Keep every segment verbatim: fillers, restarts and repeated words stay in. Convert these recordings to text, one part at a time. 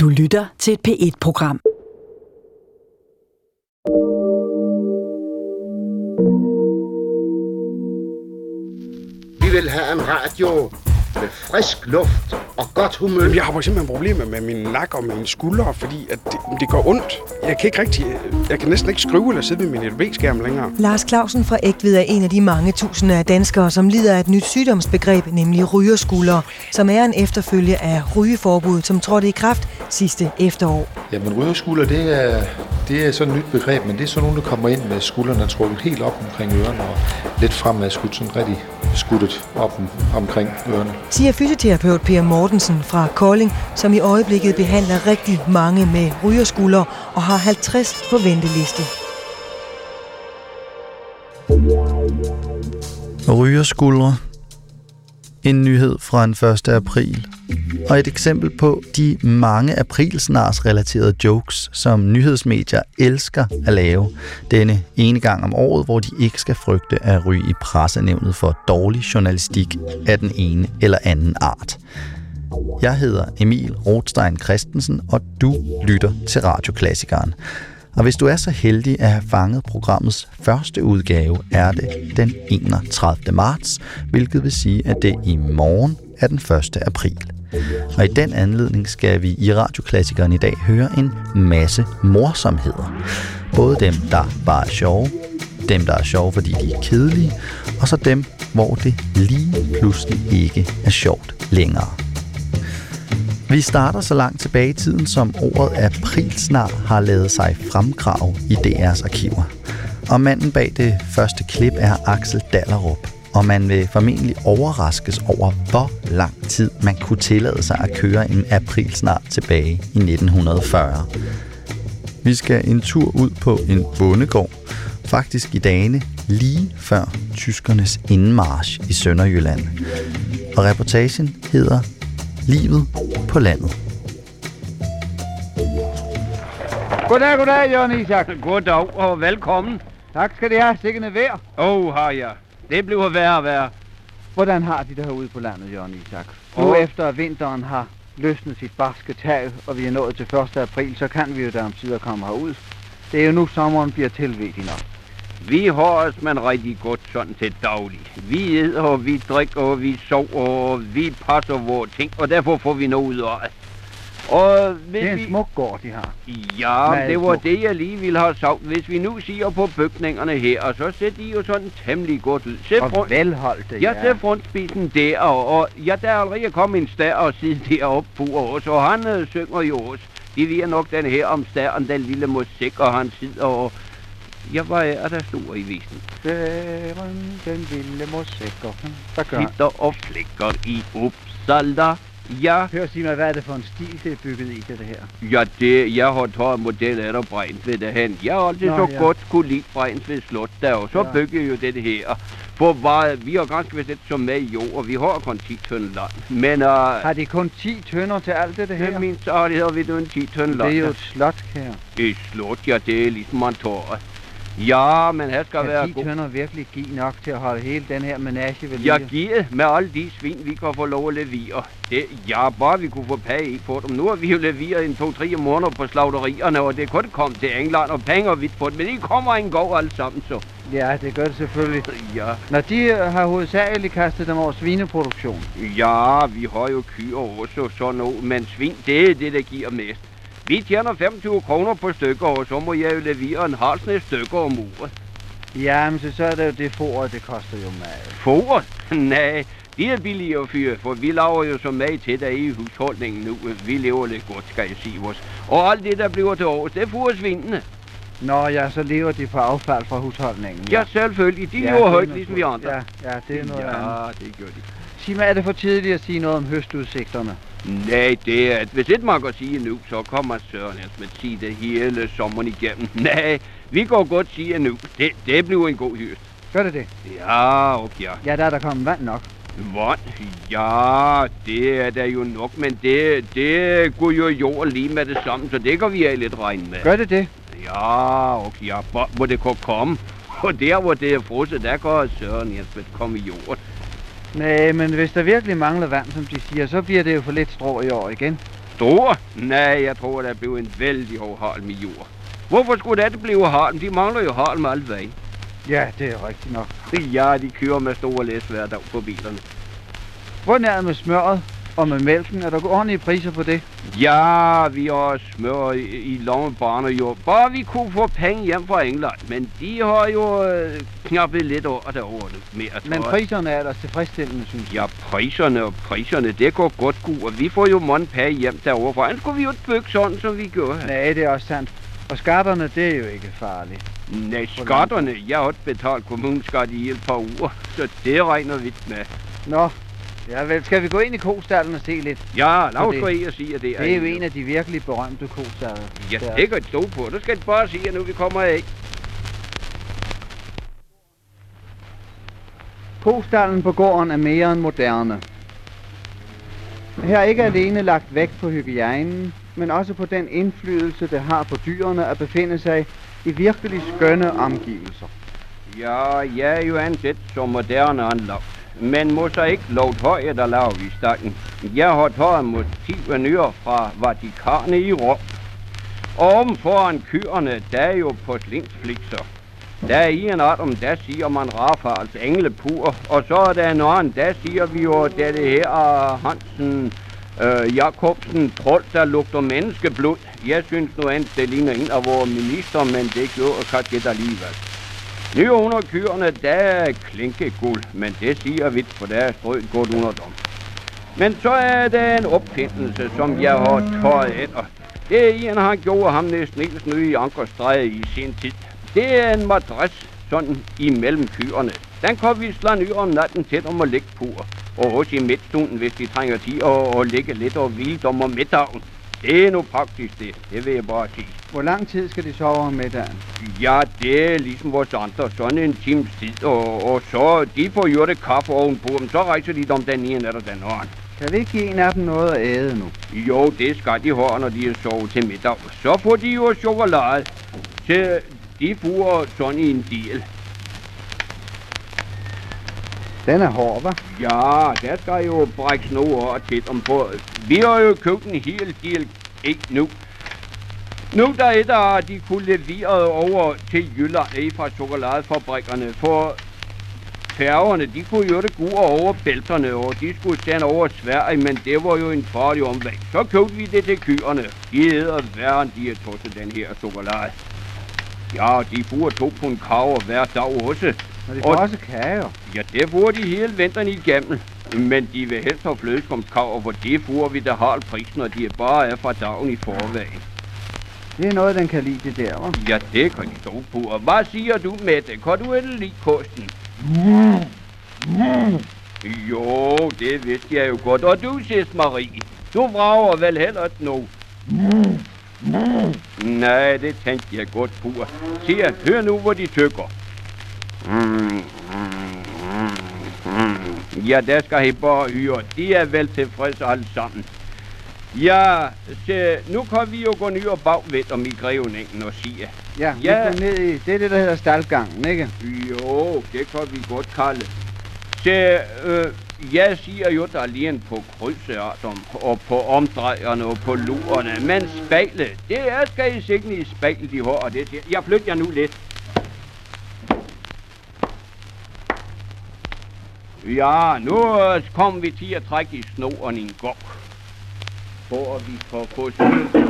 Du lytter til et P et program. Vi vil have en radio med frisk luft og godt humør. Jamen, jeg har simpelthen problemer med min nakke og mine skuldre, fordi at det, det gør ondt. Jeg kan ikke rigtig, jeg kan næsten ikke skrive eller sidde ved min L E D-skærm længere. Lars Clausen fra Egtved er en af de mange tusinde af danskere, som lider af et nyt sygdomsbegreb, nemlig rygerskuldre, som er en efterfølge af rygeforbuddet, som trådte i kraft sidste efterår. Jamen, rygerskuldre, det er, det er sådan et nyt begreb, men det er sådan nogen, der kommer ind med skuldrene trukket helt op omkring ørerne og lidt fremad skudt, sådan rigtig skuttet op omkring ørerne. Siger fysioterapeut Per Mortensen fra Kolding, som i øjeblikket behandler rigtig mange med rygerskuldre og har halvtreds på venteliste. Rygerskuldre. En nyhed fra den første april. Og et eksempel på de mange aprilsnars-relaterede jokes, som nyhedsmedier elsker at lave denne ene gang om året, hvor de ikke skal frygte at ryge i pressenævnet for dårlig journalistik af den ene eller anden art. Jeg hedder Emil Rothstein Christensen, og du lytter til Radioklassikeren. Og hvis du er så heldig at have fanget programmets første udgave, er det den enogtredivte marts, hvilket vil sige, at det i morgen er den første april. Og i den anledning skal vi i Radioklassikeren i dag høre en masse morsomheder. Både dem, der bare er sjove, dem, der er sjove, fordi de er kedelige, og så dem, hvor det lige pludselig ikke er sjovt længere. Vi starter så langt tilbage i tiden, som ordet aprilsnar har lavet sig fremgrave i D R's arkiver. Og manden bag det første klip er Axel Dallerup. Og man vil formentlig overraskes over, hvor lang tid man kunne tillade sig at køre en aprilsnar tilbage i nitten fyrre. Vi skal en tur ud på en bondegård, faktisk i dagene lige før tyskernes indmarch i Sønderjylland. Og reportagen hedder Livet på landet. Goddag, goddag, Jørgen Isak. Goddag og velkommen. Tak skal det have. Sikkerne vejr. Åh, oh, har jeg. Det bliver værre og værre. Hvordan har de det herude på landet, Jørgen Isak? Nu Oh. efter at vinteren har løsnet sit barske tag, og vi er nået til første april, så kan vi jo da om sider komme herud. Det er jo nu, sommeren bliver tilvædig nok. Vi har os man rigtig godt sådan til daglig. Vi æder, og vi drikker, og vi sover, og vi passer vores ting, og derfor får vi noget ud af det. Og hvis Det er en vi... smuk gård, de har. Ja, Meget det var smuk. det, jeg lige ville have sagt. Hvis vi nu siger på bygningerne her, og så ser de jo sådan temmelig godt ud. Se Og front... velholdte, Jeg ser frontspidsen der, og, og ja, der er allerede kommet en stær og sidde deroppe på os, og han øh, synger jo også. De ved nok den her om stæren, den lille musik, og han sidder og... Ja, hvad er der stor i visen? Stæren, den lille musiker. Hvad gør han? Sitter og flækker i Uppsala. Ja, Hør, sig mig, hvad er det for en stil, det er bygget i, det her? ja, det, jeg har taget model af der Brejnsved derhen. Jeg har altid Nå, så ja. godt kunne lide Brejnsved Slot der, og så Ja. bygger jeg jo det her. For hvad, vi har ganske vist lidt som med i jord, og vi har kun ti tønder land. Men uh, Har de kun ti tønder til alt det, det her? det mindst har det, har vi nu en ti tønder land. Det er jo et slot, kære. Et slot, ja, det er ligesom man tager. Ja, men her skal være Kan god. ti tønder virkelig give nok til at holde hele den her menage ved Jeg lige? giver med alle de svin, vi kan få lov at levere. Det, ja, bare vi kunne få penge ikke på dem. Nu har vi jo leveret en to-tre måneder på slagterierne, og det kunne komme til England og penge og vidt på det. Men de kommer en går alle sammen, så. Ja, det gør det selvfølgelig. Ja, Når de øh, har hovedsageligt kastet dem over svineproduktion. ja, vi har jo kyr også og sådan noget, men svin, det er det, der giver mest. Vi tjener femogtyve kroner på stykker, og så må jeg jo levere en halv snes stykker om uret. Ja, men så, så er det jo det foret, det koster jo meget. Foret? Nej, det er billigere at fyre, for vi laver jo så mad til der i husholdningen nu. Vi lever lidt godt, skal jeg sige os. Og alt det, der bliver til års, det får svindene. Nå ja, så lever de på affald fra husholdningen. Ja, selvfølgelig. De Ja, lever det er højt, noget ligesom vi andre. Ja, ja, det er noget andet. Ja, det gør de. Sig mig, er det for tidligt at sige noget om høstudsigterne? Nej, det er, at hvis et man kan sige nu, så kommer Søren Hans med at sige det hele sommeren igennem. Nej, vi kan godt sige nu. Det, det bliver en god høst. Gør det det? Ja, okay. Ja, der er der kommet vand nok. Vand? Ja, det er der jo nok, men det, det går jo jord lige med det samme, så det kan vi have lidt regne med. Gør det det? Ja, okay, ja, bare hvor det kan komme. Og der, hvor det er frosset, der kan Søren Jens komme i jorden. Nej, men hvis der virkelig mangler vand, som de siger, så bliver det jo for lidt strå i år igen. Stor? Nej, jeg tror, der blev en vældig hård halm i jord. Hvorfor skulle det blive halm? De mangler jo halm alt vejen. Ja, det er rigtigt nok. Ja, de kører med store læs hver dag på bilerne. Hvordan er det med smøret og med mælken? Er der ordentlige priser på det? Ja, vi har smør i, i lommebarne jo. Bare vi kunne få penge hjem fra England. Men de har jo øh, knappet lidt over derovre mere. Men priserne er der tilfredsstillende, synes jeg. Ja, priserne og priserne, det går godt gu. Og vi får jo mange penge hjem derovre fra. Ellers skulle vi jo ikke bygge sådan, som vi gør her. Nej, det er også sandt. Og skatterne, det er jo ikke farligt. Nej, skatterne. Jeg har ikke betalt kommuneskat i et par uger. Så det regner vi med. Nå. Ja vel, skal vi gå ind i kostallen og se lidt? Ja, lad os gå ind og sige, at det er... Det er jo en af de virkelig berømte kostaller. Ja, det kan stå på. Du skal bare sige, at nu vi kommer af. Kostallen på gården er mere end moderne. Her er ikke alene lagt vægt på hygiejnen, men også på den indflydelse, det har på dyrene at befinde sig i virkelig skønne omgivelser. Ja, jeg er jo anset som moderne anlagt. Men må så ikke lovt høje, der laver vi i stakken. Jeg har taget motiver nyere fra Vatikanet i Rom. Og om foran kyrene, der er jo porcelænsflikser. Der er i en atom, der siger man Rafaels englepur. Og så er der en anden, der siger vi jo, det er det her Hansen, øh, Jacobsen, trold, der lugter menneskeblod. Jeg synes nu endelig, det ligner en af vores minister, men det gjorde Katjet alligevel. Nye under kyrene, der er klinkeguld, men det siger vi, for der er strøget godt under dem. Men så er der en opfindelse, som jeg har taget efter. Det er en, han gjorde ham næsten helt nye i Ankerstræde i sin tid. Det er en madras, sådan imellem kyrene. Den kan vi slå ny om natten tæt om at ligge på. Og også i midtstunden, hvis de trænger tid at ligge lidt og hvile dem om middagen. Det er nu praktisk det, det vil jeg bare sige. Hvor lang tid skal de sove om middagen? Ja, det er ligesom vores andre, sådan en times tid, og, og så de får jo det kaffe ovenpå dem, så rejser de dem den ene eller den anden. Kan vi ikke give en af dem noget at æde nu? Jo, det skal de have, når de er sovet til middag. Så får de jo chokolade, til de får sådan en del. Den er hård, hva'? Ja, der skal jo brækkes noget over til dem på. Vi har jo købt en hel del ikke nu. Nu der er der, de kunne leveret over til Jylland fra chokoladefabrikkerne, for færgerne, de kunne jo det gode over bælterne, og de skulle sende over Sverige, men det var jo en farlig omvæg. Så købte vi det til kyrene. De æder værre end de er tosset den her chokolade. Ja, de bruger to på en kaver hver dag også. Og de får også kager? Ja, det får de hele vinteren igennem. Men de vil helst have flødeskomskaver, hvor det får vi der halv prisen, og de er bare er fra dagen i forvejen. Det er noget, den kan lide det der, hva'? Ja, det kan de stå på. Og hvad siger du med det? Kan du ikke lide kosten? Jo, det vidste jeg jo godt. Og du, Sis Marie, du vrager vel heller ikke nu? Nej, det tænkte jeg godt på. Siger, hør nu, hvor de tykker. Ja, der skal I bare høre. De er vel tilfredse alle sammen. Ja, så nu kan vi jo gå ned og bagvæt om i Greveningen og sige. Ja, vi ja. går ned i, det er det, der hedder staldgangen, ikke? Jo, det kan vi godt kalde. Så øh, jeg siger jo, der er lige en på krydseartom, og på omdrejerne og på lurerne. Men spejlet, det er skal I sikkert i spejlet, de har, og det siger. Jeg flytter jer nu lidt. Ja, nu øh, kommer vi til at trække i snoren i en gok. For at vi kan få styr.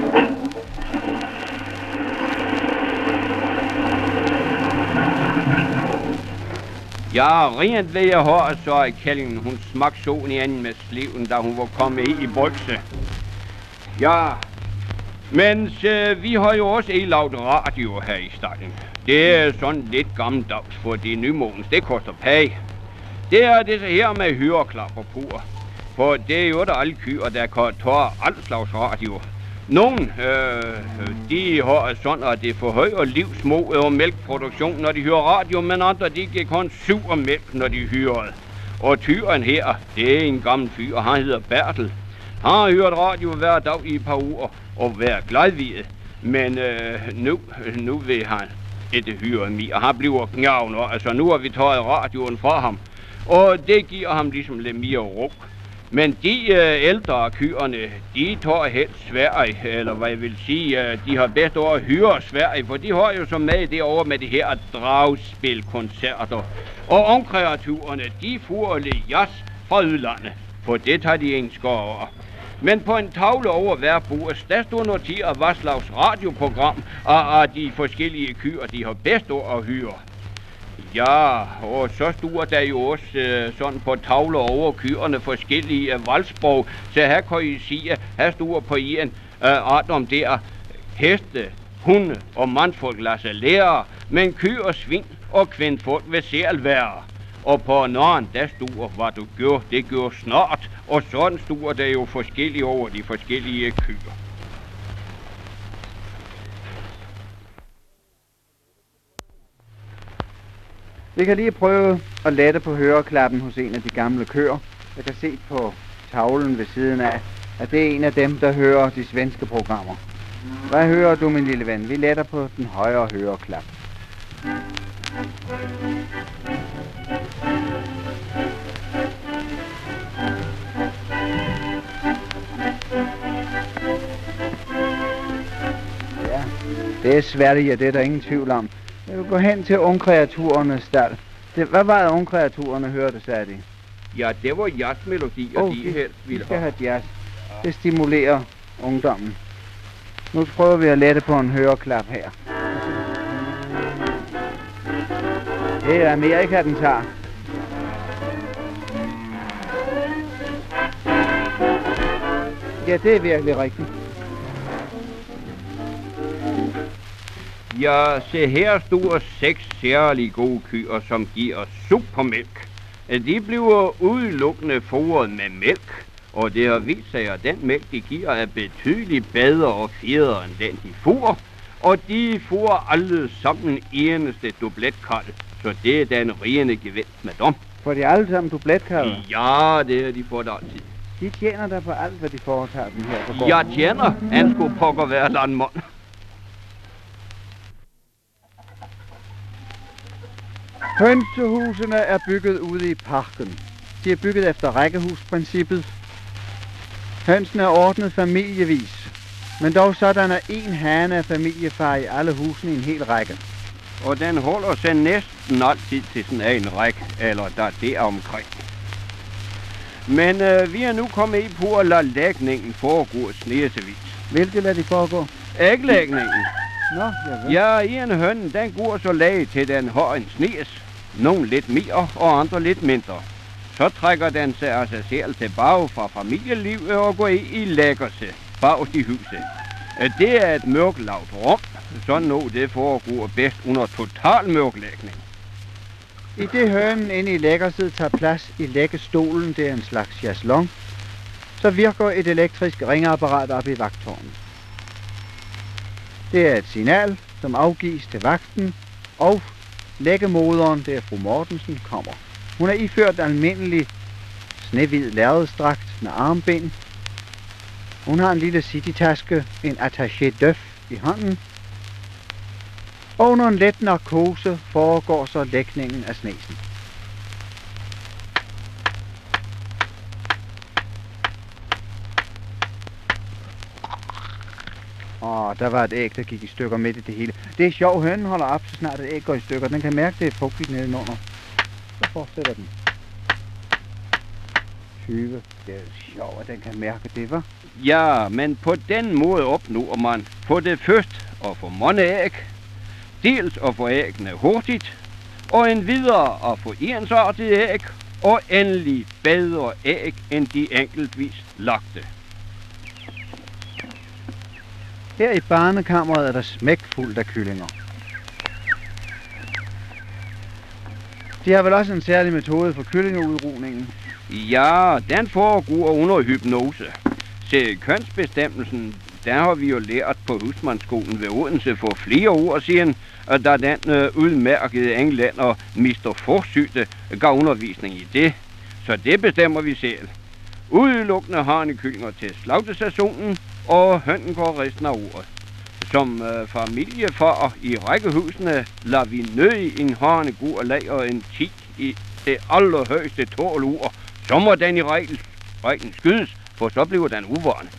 Ja, rent ved jeg har, så er kællingen, hun smagte solen i anden med sliven, da hun var kommet i brygse. Ja, men så, vi har jo også et lavet radio her i staden. Det er sådan lidt gammeldags, for det er nymodens, det koster penge. Det er det her med høreklapper på. For det er jo der alle kyr, der kan tage alt slags radio. Nogle, øh, de har sådan, at det forhøjer livsmod og mælkproduktion, når de hører radio, men andre, de kan kun sur mælk, når de hører det. Og tyren her, det er en gammel fyr, og han hedder Bertel. Han har hørt radio hver dag i et par uger, og været glad ved det. Men øh, nu, nu vil han ikke høre mere, og han bliver knavn, altså nu har vi taget radioen fra ham. Og det giver ham ligesom lidt mere ro. Men de øh, ældre kyrene, de tager helst Sverige, eller hvad jeg vil sige, øh, de har bedst over at hyre Sverige, for de har jo som med derovre med de her dragspilkoncerter. Og ungkreaturerne, de får lidt jazz fra udlandet, for det tager de ingen skår over. Men på en tavle over hver bord, der stod noteret hvad slags radioprogram af, af de forskellige kyr, de har bedst over at hyre. Ja, og så stod der jo også øh, sådan på tavler over kyrene forskellige øh, valgsprog. Så her kan I sige, at her stod på en øh, art om der heste, hunde og mandfolk lader sig lære, men kyr og svin og kvindfolk vil selv være. Og på en anden, der stod, hvad du gør, det gør snart, og sådan stod der jo forskellige over de forskellige kyr. Vi kan lige prøve at lette på høreklappen hos en af de gamle køer. Jeg kan se på tavlen ved siden af, at det er en af dem, der hører de svenske programmer. Hvad hører du, min lille ven? Vi letter på den højre høreklap. Ja, det er Sverige, det er der ingen tvivl om. Jeg vil gå hen til ungkreaturernes stald. Det, hvad var det, ungkreaturerne hørte, sagde de? Ja, det var jazzmelodier, oh, de, de helst ville have. skal have jazz. Det stimulerer ungdommen. Nu prøver vi at lette på en høreklap her. Det er Amerika, den tager. Ja, det er virkelig rigtigt. Ja, se her står seks særlige gode køer, som giver supermælk. De bliver udelukkende fodret med mælk, og det har vist sig, at den mælk, de giver, er betydeligt bedre og federe end den, de får. Og de får alle sammen eneste dubletkalve, så det er den rene gevinst med dem. Får de alle sammen dubletkalve? Ja, det er de får det altid. De tjener der på alt, hvad de foretager dem her på gården. Jeg tjener, han skulle pokker være landmand. Hønsehusene er bygget ude i parken. De er bygget efter rækkehusprincippet. Hønsene er ordnet familievis, men dog sådan, at en hane er familiefar i alle husene i en hel række. Og den holder sig næsten altid til sådan en række, eller der der omkring. Men øh, vi er nu kommet i på at lade lægningen foregå snesevis. Hvilket lader de foregå? Æglægningen. Nå, javel. Ja, en høn, den går så lag til den har en snes. Nogle lidt mere og andre lidt mindre. Så trækker den sig af sig selv tilbage fra familielivet og går i, i læggerse bagst i huset. Det er et mørklavt rum. Sådan noget det foregår bedst under total mørklægning. I det hønen inde i læggerset tager plads i læggestolen, det er en slags chaiselong, så virker et elektrisk ringeapparat op i vagttårnet. Det er et signal, som afgives til vagten, og læggemoderen, det er fru Mortensen, kommer. Hun er iført almindelig snehvid lærredsdragt med armbind. Hun har en lille citytaske, en attaché døf i hånden. Og under en let narkose foregår så lægningen af snesen. Åh, der var et æg, der gik i stykker midt i det hele. Det er sjovt, hønen holder op, så snart et æg går i stykker. Den kan mærke, det er fugtigt nedenunder. Så fortsætter den. tyve. Det er sjovt, at den kan mærke det, hva'? Ja, men på den måde opnår man på det første at få mange æg, dels at få æggene hurtigt, og en videre at få ensartet æg, og endelig bedre æg end de enkeltvis lagte. Her i barnekammeret er der smækfuldt af kyllinger. De har vel også en særlig metode for kyllingeudrugningen? Ja, den foregår under hypnose. Se, kønsbestemmelsen, der har vi jo lært på husmandsskolen ved Odense for flere år siden, da den øh, udmærkede englænder mister Forssyde gav undervisning i det. Så det bestemmer vi selv. Udelukkende hanekyllinger til slagtesæsonen, og hønnen går resten af året. Som øh, familiefar i rækkehusene lader vi nødig en hane gå og lager en ti i det allerhøjeste tolv uger. Så må den i regel sprøjten skydes, for så bliver den uvåren.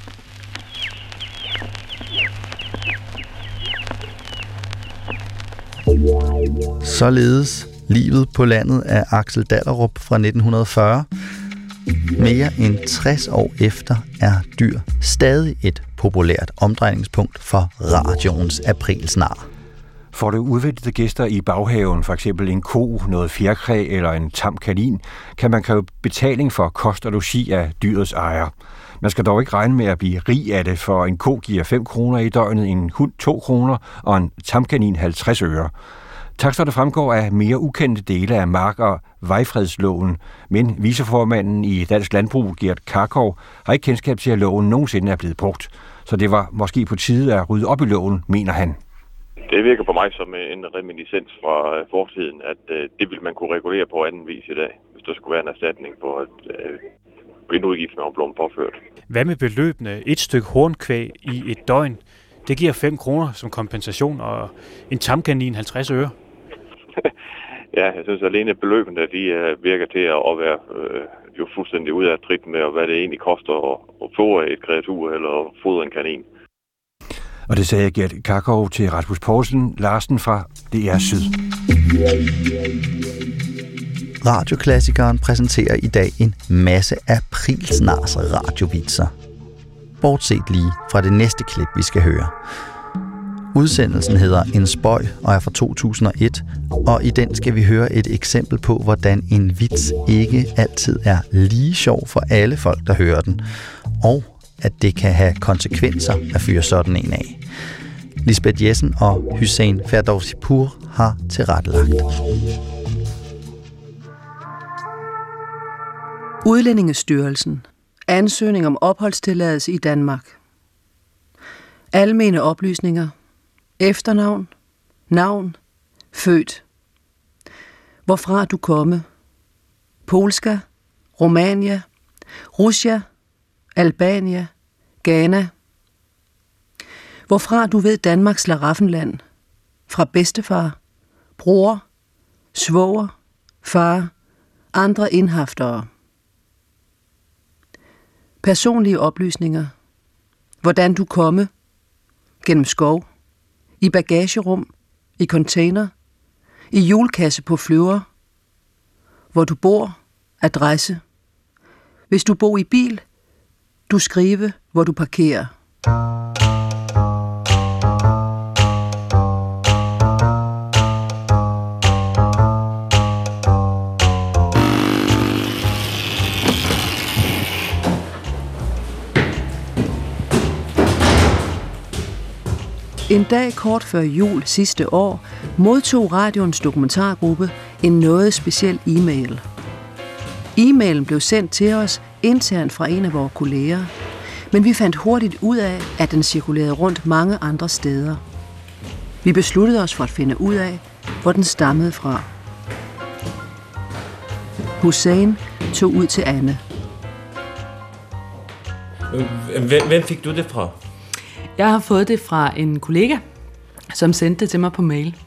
Således Livet på landet af Axel Dahlerup fra nitten fyrre. Mere end tres år efter er dyr stadig et populært omdrejningspunkt for radioens aprilsnar. Får du udvælgte gæster i baghaven, for eksempel en ko, noget fjerkræ eller en tam kanin, kan man kræve betaling for kost og logi af dyrets ejer. Man skal dog ikke regne med at blive rig af det, for en ko giver fem kroner i døgnet, en hund to kroner og en tamkanin halvtreds øre. Taksterne fremgår af mere ukendte dele af mark- og vejfredsloven, men viceformanden i Dansk Landbrug, Gert Karkov, har ikke kendskab til, at loven nogensinde er blevet brugt. Så det var måske på tide at rydde op i loven, mener han. Det virker på mig som en reminiscens fra fortiden, at det vil man kunne regulere på anden vis i dag, hvis der skulle være en erstatning på at vindudgiften er blevet påført. Hvad med beløbene? Et stykke hornkvæg i et døgn, det giver fem kroner som kompensation, og en tamkanin halvtreds øre. Ja, jeg synes alene beløbene, de virker til at være øh, jo fuldstændig ude af trit med, hvad det egentlig koster at, at fodre et kreatur eller at fodre en kanin. Og det sagde Gert Karkov til Rasmus Poulsen Larsen fra D R Syd. Radioklassikeren præsenterer i dag en masse aprilsnars radiovitser. Bortset lige fra det næste klip, vi skal høre. Udsendelsen hedder En spøg og er fra to tusind og et, og i den skal vi høre et eksempel på, hvordan en vits ikke altid er lige sjov for alle folk, der hører den, og at det kan have konsekvenser at fyre sådan en af. Lisbeth Jessen og Hussein Ferdowsipur har tilrettelagt. Udlændingestyrelsen. Ansøgning om opholdstilladelse i Danmark. Almene oplysninger. Efternavn. Navn. Født. Hvorfra du komme. Polska. Romania. Russia. Albania. Ghana. Hvorfra du ved Danmarks slaraffenland. Fra bedstefar. Bror. Svoger. Far. Andre indhaftere. Personlige oplysninger. Hvordan du komme. Gennem skov. I bagagerum. I container. I hjulkasse på flyver. Hvor du bor. Adresse. Hvis du bor i bil. Du skrive, hvor du parkerer. En dag kort før jul sidste år modtog radioens dokumentargruppe en noget speciel e-mail. E-mailen blev sendt til os internt fra en af vores kolleger, men vi fandt hurtigt ud af, at den cirkulerede rundt mange andre steder. Vi besluttede os for at finde ud af, hvor den stammede fra. Hussein tog ud til Anne. Hvem, hvem fik du det fra? Jeg har fået det fra en kollega, som sendte det til mig på mail.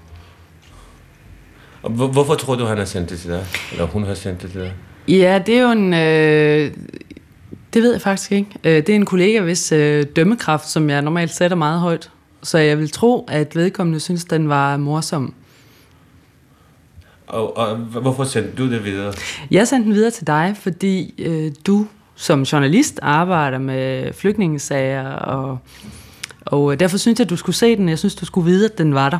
Og hvorfor tror du, han har sendt det til dig? Eller hun har sendt det til dig? Ja, det er jo en... Øh, det ved jeg faktisk ikke. Det er en kollega, hvis øh, dømmekraft, som jeg normalt sætter meget højt. Så jeg vil tro, at vedkommende synes, den var morsom. Og, og hvorfor sendte du det videre? Jeg sendte den videre til dig, fordi øh, du som journalist arbejder med flygtningesager, og, og derfor synes jeg, at du skulle se den. Jeg synes, du skulle vide, at den var der.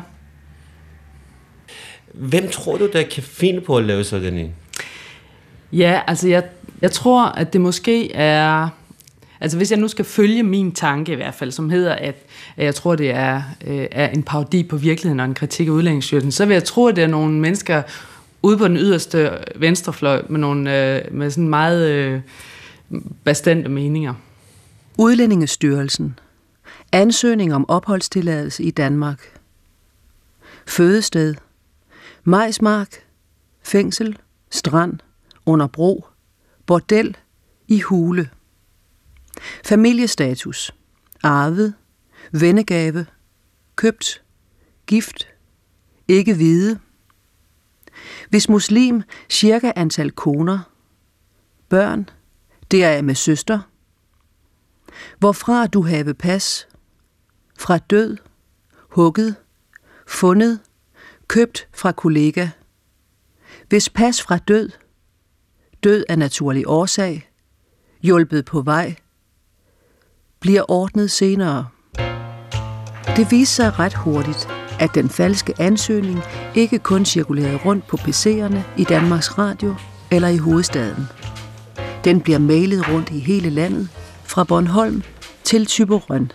Hvem tror du, der kan finde på at lave sådan en? Ja, altså jeg, jeg tror, at det måske er... Altså hvis jeg nu skal følge min tanke i hvert fald, som hedder, at, at jeg tror, det er, øh, er en parodi på virkeligheden og en kritik af udlændingsstyrelsen, så vil jeg tro, at det er nogle mennesker ude på den yderste venstrefløj med, nogle, øh, med sådan meget øh, bastante meninger. Udlændingestyrelsen. Ansøgning om opholdstilladelse i Danmark. Fødested. Majsmark. Fængsel. Strand. Under bro. Bordel. I hule. Familiestatus. Arvet. Vennegave. Købt. Gift. Ikke vide. Hvis muslim, cirka antal koner. Børn. Det er med søster. Hvorfra du have pas. Fra død. Hugget. Fundet. Købt fra kollega. Hvis pas fra død. Død af naturlig årsag. Hjulpet på vej. Bliver ordnet senere. Det viste sig ret hurtigt, at den falske ansøgning ikke kun cirkulerede rundt på P C'erne i Danmarks Radio eller i hovedstaden. Den bliver mailet rundt i hele landet, fra Bornholm til Thyborøn.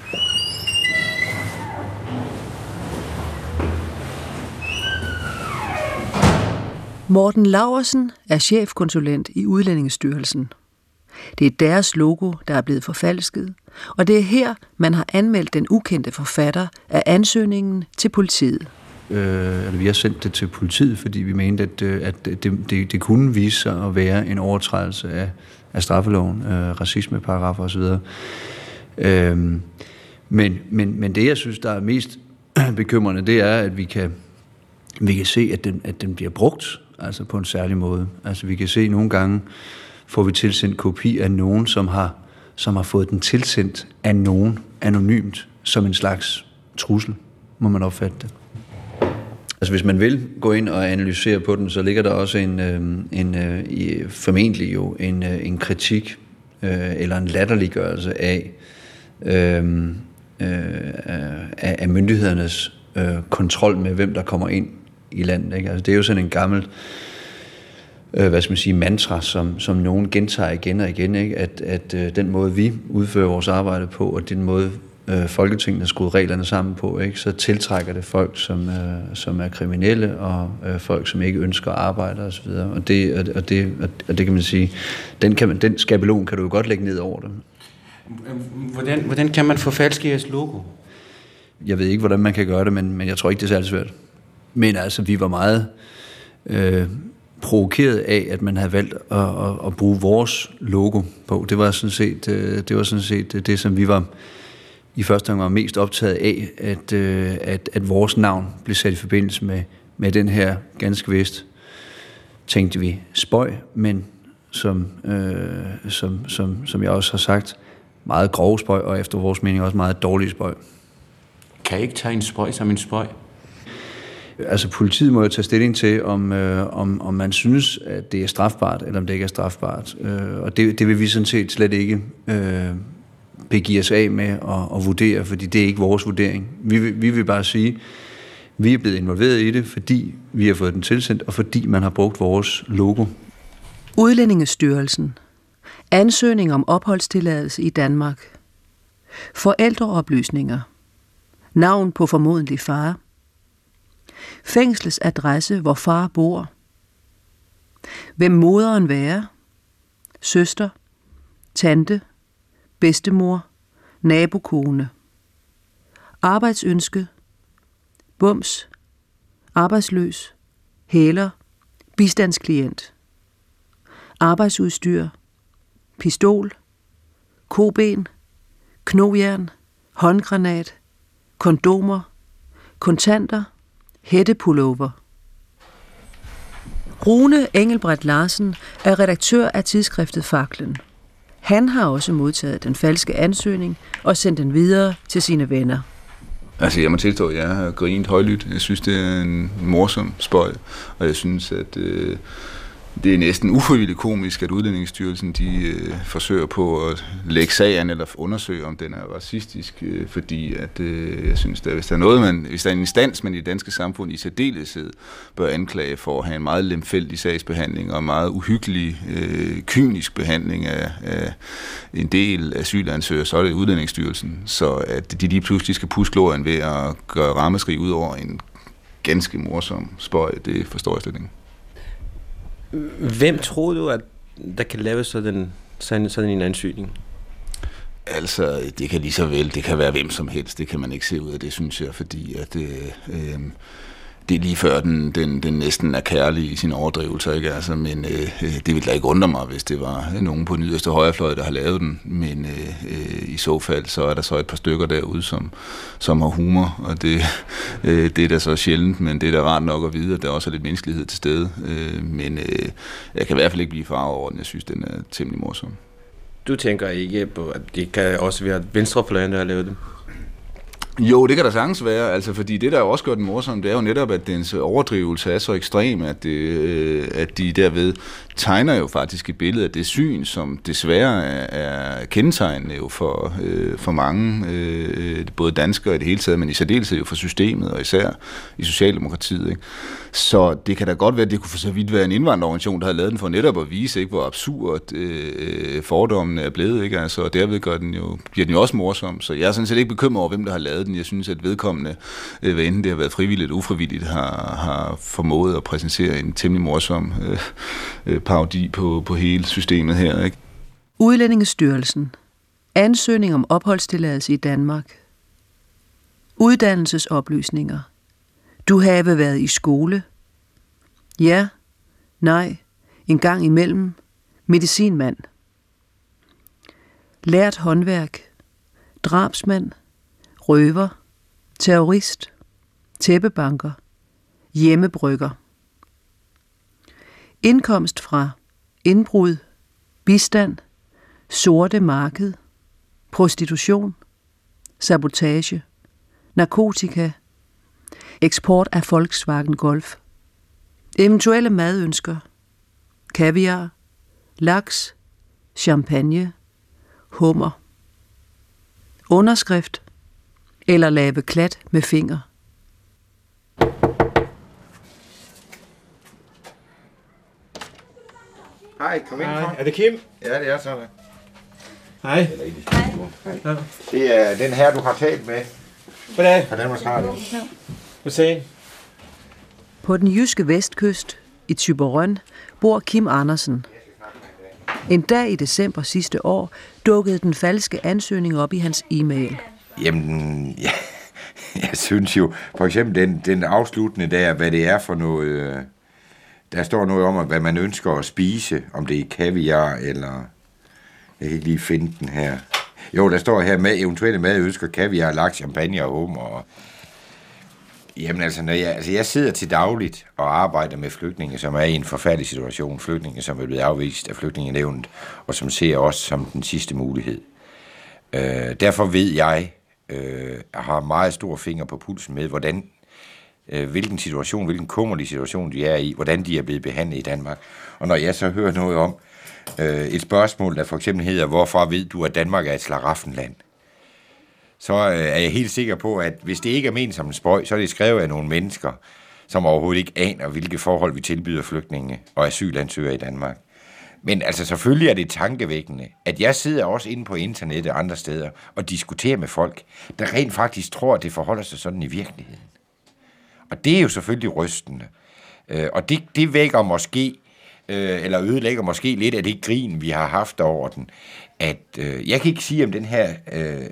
Morten Laursen er chefkonsulent i Udlændingestyrelsen. Det er deres logo, der er blevet forfalsket, og det er her, man har anmeldt den ukendte forfatter af ansøgningen til politiet. Øh, vi har sendt det til politiet, fordi vi mente, at, at det, det, det kunne vise sig at være en overtrædelse af, af straffeloven, øh, racismeparagrafer osv. Øh, men, men, men det, jeg synes, der er mest bekymrende, det er, at vi kan, vi kan se, at den, at den bliver brugt altså på en særlig måde. Altså vi kan se nogle gange, får vi tilsendt kopi af nogen, som har, som har fået den tilsendt af nogen anonymt, som en slags trussel, må man opfatte det. Altså hvis man vil gå ind og analysere på den, så ligger der også en, en, en formentlig jo en, en kritik eller en latterliggørelse af, øh, af, af myndighedernes øh, kontrol med, hvem der kommer ind i landet. Ikke? Altså det er jo sådan en gammel hvad skal man sige, mantra, som, som nogen gentager igen og igen, ikke? At, at øh, den måde, vi udfører vores arbejde på, og den måde, øh, Folketinget har skruet reglerne sammen på, ikke? Så tiltrækker det folk, som, øh, som er kriminelle, og øh, folk, som ikke ønsker at arbejde osv. Og det, og, og, det, og det kan man sige, den, kan man, den skabelon kan du jo godt lægge ned over dem. Hvordan, hvordan kan man forfalske jeres logo? Jeg ved ikke, hvordan man kan gøre det, men, men jeg tror ikke, det er særlig svært. Men altså, vi var meget Øh, provokeret af, at man havde valgt at, at, at bruge vores logo på. Det var sådan set det, var sådan set det, som vi var i første gang var mest optaget af, at, at, at vores navn blev sat i forbindelse med, med den her ganske vist, tænkte vi, spøj, men som, øh, som, som, som jeg også har sagt, meget grove spøj, og efter vores mening også meget dårlige spøj. Kan I ikke tage en spøj som en spøj? Altså politiet må jo tage stilling til, om, øh, om, om man synes, at det er strafbart, eller om det ikke er strafbart. Øh, og det, det vil vi sådan set slet ikke øh, begive os af med at, at vurdere, fordi det er ikke vores vurdering. Vi, vi vil bare sige, vi er blevet involveret i det, fordi vi har fået den tilsendt, og fordi man har brugt vores logo. Udlændingestyrelsen. Ansøgning om opholdstilladelse i Danmark. Forældreoplysninger. Navn på formodentlig far. Fængslets adresse, hvor far bor. Hvem moderen være. Søster. Tante. Bedstemor. Nabokone. Arbejdsønske. Bums. Arbejdsløs. Hæler. Bistandsklient. Arbejdsudstyr. Pistol. Koben. Knogjern. Håndgranat. Kondomer. Kontanter. Hættepullover. Rune Engelbrecht Larsen er redaktør af tidsskriftet Faklen. Han har også modtaget den falske ansøgning og sendt den videre til sine venner. Altså jeg må tilstå, at jeg har grinet højlydt. Jeg synes, det er en morsom spøj, og jeg synes, at øh, det er næsten ufrivilligt komisk, at Udlændingsstyrelsen de øh, forsøger på at lægge sagen eller undersøge, om den er racistisk, øh, fordi at øh, jeg synes, at hvis der er noget, man, hvis der er en instans, man i det danske samfund i særdeleshed bør anklage for at have en meget lemfældig sagsbehandling og en meget uhyggelig, øh, kynisk behandling af, af en del asylansøgere, så er det Udlændingsstyrelsen. Så at de lige pludselig skal puske glorien ved at gøre ramaskrig ud over en ganske morsom spøj, det forstår jeg slet ikke. Hvem tror du, at der kan lave sådan, sådan, sådan en ansøgning? Altså, det kan lige så vel, det kan være hvem som helst, det kan man ikke se ud af det, synes jeg, fordi at, øh, øh, det er lige før den, den, den næsten er kærlig i sin overdrivelse, ikke? Altså, men øh, det ville da ikke undre mig, hvis det var nogen på den yderste højrefløj, der har lavet den, men øh, i så fald, så er der så et par stykker derude, som, som har humor, og det, øh, det er da så sjældent, men det er da rart nok at vide, at der også er lidt menneskelighed til stede, øh, men øh, jeg kan i hvert fald ikke blive farvet over den, jeg synes, den er temmelig morsom. Du tænker ikke på, at det kan også være venstrefløjen, der har lavet det? Jo, det kan der sagtens være, altså, fordi det, der jo også gør den morsom, det er jo netop, at dens overdrivelse er så ekstrem, at, det, øh, at de derved tegner jo faktisk et billede af det syn, som desværre er, er kendetegnende jo for, øh, for mange, øh, både danskere i det hele taget, men i særdeleshed jo for systemet, og især i Socialdemokratiet. Ikke? Så det kan da godt være, at det kunne for så vidt være en indvandrerorganisation, der har lavet den for netop at vise, ikke, hvor absurd øh, fordommen er blevet, ikke? Altså, og derved gør den jo, bliver den jo også morsom. Så jeg er sådan set ikke bekymret over, hvem der har lavet den. Jeg synes, at vedkommende, øh, hvad enten det har været frivilligt eller ufrivilligt, har, har formået at præsentere en temmelig morsom øh, øh, parodi på, på hele systemet her. Ikke? Udlændingestyrelsen. Ansøgning om opholdstilladelse i Danmark. Uddannelsesoplysninger. Du have været i skole. Ja, nej, en gang imellem. Medicinmand. Lært håndværk. Drabsmand. Røver. Terrorist. Tæppebanker. Hjemmebrygger. Indkomst fra indbrud, bistand, sorte marked, prostitution, sabotage, narkotika, eksport af Volkswagen Golf, eventuelle madønsker, kaviar, laks, champagne, hummer, underskrift eller lave klat med finger. Hej, kom ind. Hej. Er det Kim? Ja, det er sådan. Hej. Hej. Det er den her, du har talt med. Goddag. Fra Danmarks Radio. Goddag. På den jyske vestkyst, i Thyborøn, bor Kim Andersen. En dag i december sidste år dukkede den falske ansøgning op i hans e-mail. Jamen, ja, jeg synes jo, for eksempel den, den afsluttende der, hvad det er for noget. Der står noget om, hvad man ønsker at spise, om det er kaviar eller... Jeg kan ikke lige finde den her. Jo, der står her med eventuelle madønsker, kaviar, laks, champagne og hummer. Og... Jamen altså, når jeg, altså, jeg sidder til dagligt og arbejder med flygtninge, som er i en forfærdelig situation. Flygtninge, som er blevet afvist af Flygtningenævnet, og som ser os som den sidste mulighed. Øh, derfor ved jeg, øh, jeg har meget stor finger på pulsen med, hvordan... hvilken situation, hvilken kummerlig situation de er i, hvordan de er blevet behandlet i Danmark. Og når jeg så hører noget om øh, et spørgsmål, der for eksempel hedder, hvorfor ved du, at Danmark er et slaraffenland? Så øh, er jeg helt sikker på, at hvis det ikke er ment som en spøj, så er det skrevet af nogle mennesker, som overhovedet ikke aner, hvilke forhold vi tilbyder flygtninge og asylansøgere i Danmark. Men altså selvfølgelig er det tankevækkende, at jeg sidder også inde på internettet og andre steder og diskuterer med folk, der rent faktisk tror, at det forholder sig sådan i virkeligheden. Og det er jo selvfølgelig rystende. Øh, og det, det vækker måske, øh, eller ødelægger måske lidt af det grin, vi har haft over den. At øh, jeg kan ikke sige, om den her øh,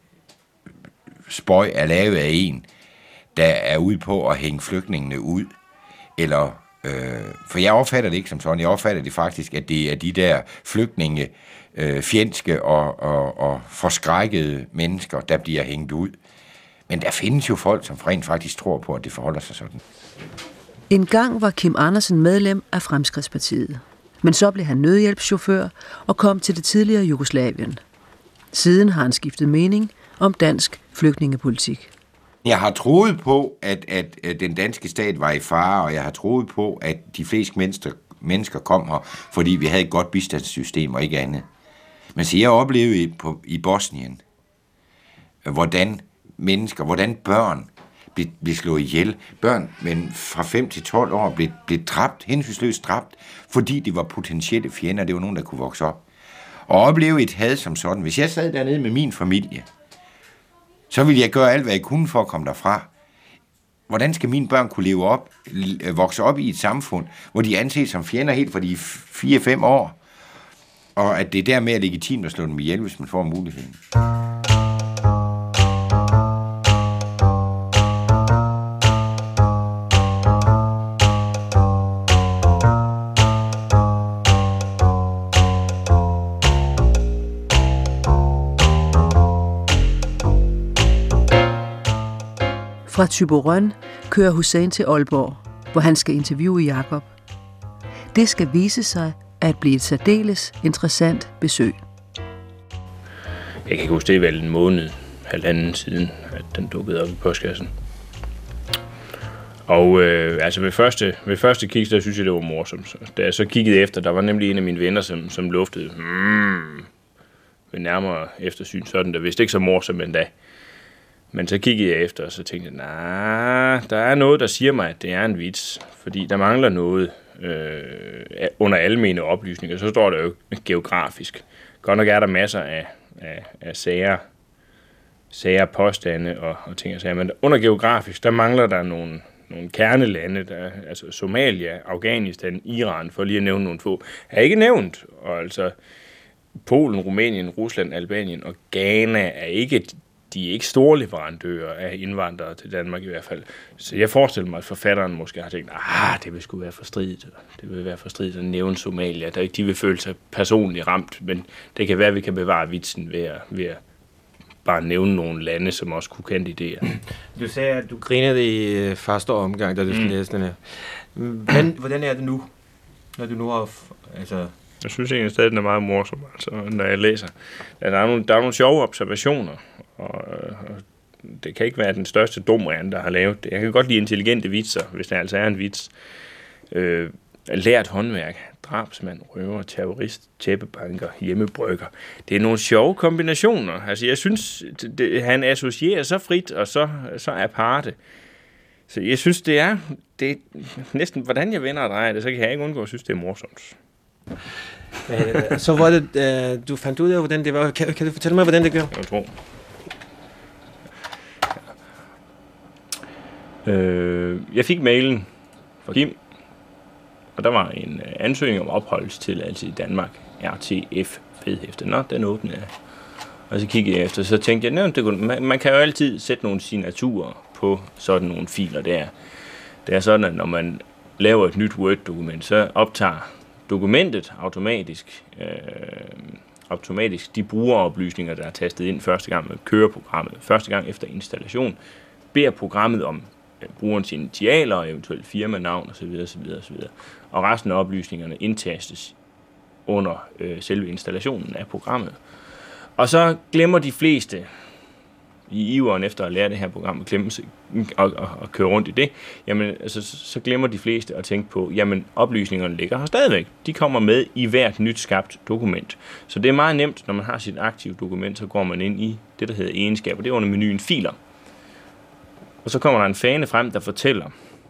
spøj er lavet af en, der er ude på at hænge flygtningene ud. Eller, øh, for jeg opfatter det ikke som sådan. Jeg opfatter det faktisk, at det er de der flygtninge, øh, fjendske og, og, og forskrækkede mennesker, der bliver hængt ud. Men der findes jo folk, som rent faktisk tror på, at det forholder sig sådan. En gang var Kim Andersen medlem af Fremskridtspartiet. Men så blev han nødhjælpschauffør og kom til det tidligere Jugoslavien. Siden har han skiftet mening om dansk flygtningepolitik. Jeg har troet på, at, at, at den danske stat var i fare, og jeg har troet på, at de fleste mennesker, mennesker kom her, fordi vi havde et godt bistandssystem og ikke andet. Men så jeg oplevede i, på, i Bosnien, hvordan mennesker, hvordan børn blev, blev slået ihjel. Børn men fra fem til tolv år blev, blev dræbt, hensynsløst dræbt, fordi de var potentielle fjender, det var nogen, der kunne vokse op. Og opleve et had som sådan. Hvis jeg sad dernede med min familie, så ville jeg gøre alt, hvad jeg kunne for at komme derfra. Hvordan skal mine børn kunne leve op, vokse op i et samfund, hvor de anses som fjender helt fra de fire fem år, og at det dermed er legitimt at slå dem ihjel, hvis man får muligheden. Fra Thyborøn kører Hussein til Aalborg, hvor han skal interviewe Jakob. Det skal vise sig at blive et særdeles interessant besøg. Jeg kan ikke huske, det er vel en måned, halvanden siden, at den dukkede op i postkassen. Og øh, altså ved første, ved første kig, der synes jeg, det var morsomt. Da jeg så kiggede efter, der var nemlig en af mine venner, som, som luftede mm, ved nærmere eftersyn, sådan der vidste ikke så morsomt endda. Men så kiggede jeg efter, og så tænkte jeg, nej, der er noget, der siger mig, at det er en vits. Fordi der mangler noget øh, under almene oplysninger. Så står der jo geografisk. Godt nok er der masser af, af, af sager, sager, påstande og, og ting og sager. Men under geografisk, der mangler der nogle, nogle kernelande, der, altså Somalia, Afghanistan, Iran, for lige at nævne nogle få, er ikke nævnt. Og altså Polen, Rumænien, Rusland, Albanien og Ghana er ikke... De er ikke store leverandører af indvandrere til Danmark i hvert fald. Så jeg forestiller mig, at forfatteren måske har tænkt, ah, det vil sgu være for stridigt. Det vil være for stridigt at nævne Somalia. Der, de vil føle sig personligt ramt, men det kan være, at vi kan bevare vitsen ved at, ved at bare nævne nogle lande, som også kunne kandidere. Du sagde, at du grinede i første omgang, da du skulle mm. læse den her. Men hvordan er det nu, når du nu har... Altså jeg synes egentlig stadig, den er meget morsom, altså, når jeg læser. Der er nogle, der er nogle sjove observationer, og, og det kan ikke være den største dumræn, der har lavet det. Jeg kan godt lide intelligente vitser, hvis der altså er en vits. Øh, lært håndværk, drabsmand, røver, terrorist, tæppebanker, hjemmebrygger. Det er nogle sjove kombinationer. Altså, jeg synes, det, det, han associerer så frit og så, så aparte. Så jeg synes, det er, det er næsten, hvordan jeg vender og drejer det, så kan jeg ikke undgå at synes, det er morsomt. Så var det, uh, du fandt ud af, hvordan det var. Kan, kan du fortælle mig, hvordan det gør? Jeg tror. Øh, jeg fik mailen fra Kim, og der var en ansøgning om opholdstilladelse i Danmark, R T F vedhæftet. Nå, den åbnede jeg. Og så kiggede jeg efter, så tænkte jeg, det kunne, man, man kan jo altid sætte nogle signaturer på sådan nogle filer der. Det er sådan, at når man laver et nyt Word-dokument, så optager dokumentet automatisk, øh, automatisk de brugeroplysninger, der er tastet ind første gang med køreprogrammet, første gang efter installation, beder programmet om øh, brugerens initialer og eventuelt firmanavn osv. osv. osv. Og resten af oplysningerne indtastes under øh, selve installationen af programmet. Og så glemmer de fleste i iveren efter at lære det her program og, og, og, og køre rundt i det, jamen, altså, så glemmer de fleste at tænke på, jamen oplysningerne ligger her stadigvæk. De kommer med i hvert nyt skabt dokument. Så det er meget nemt, når man har sit aktive dokument, så går man ind i det, der hedder egenskaber. Det er under menuen filer. Og så kommer der en fane frem, der fortæller,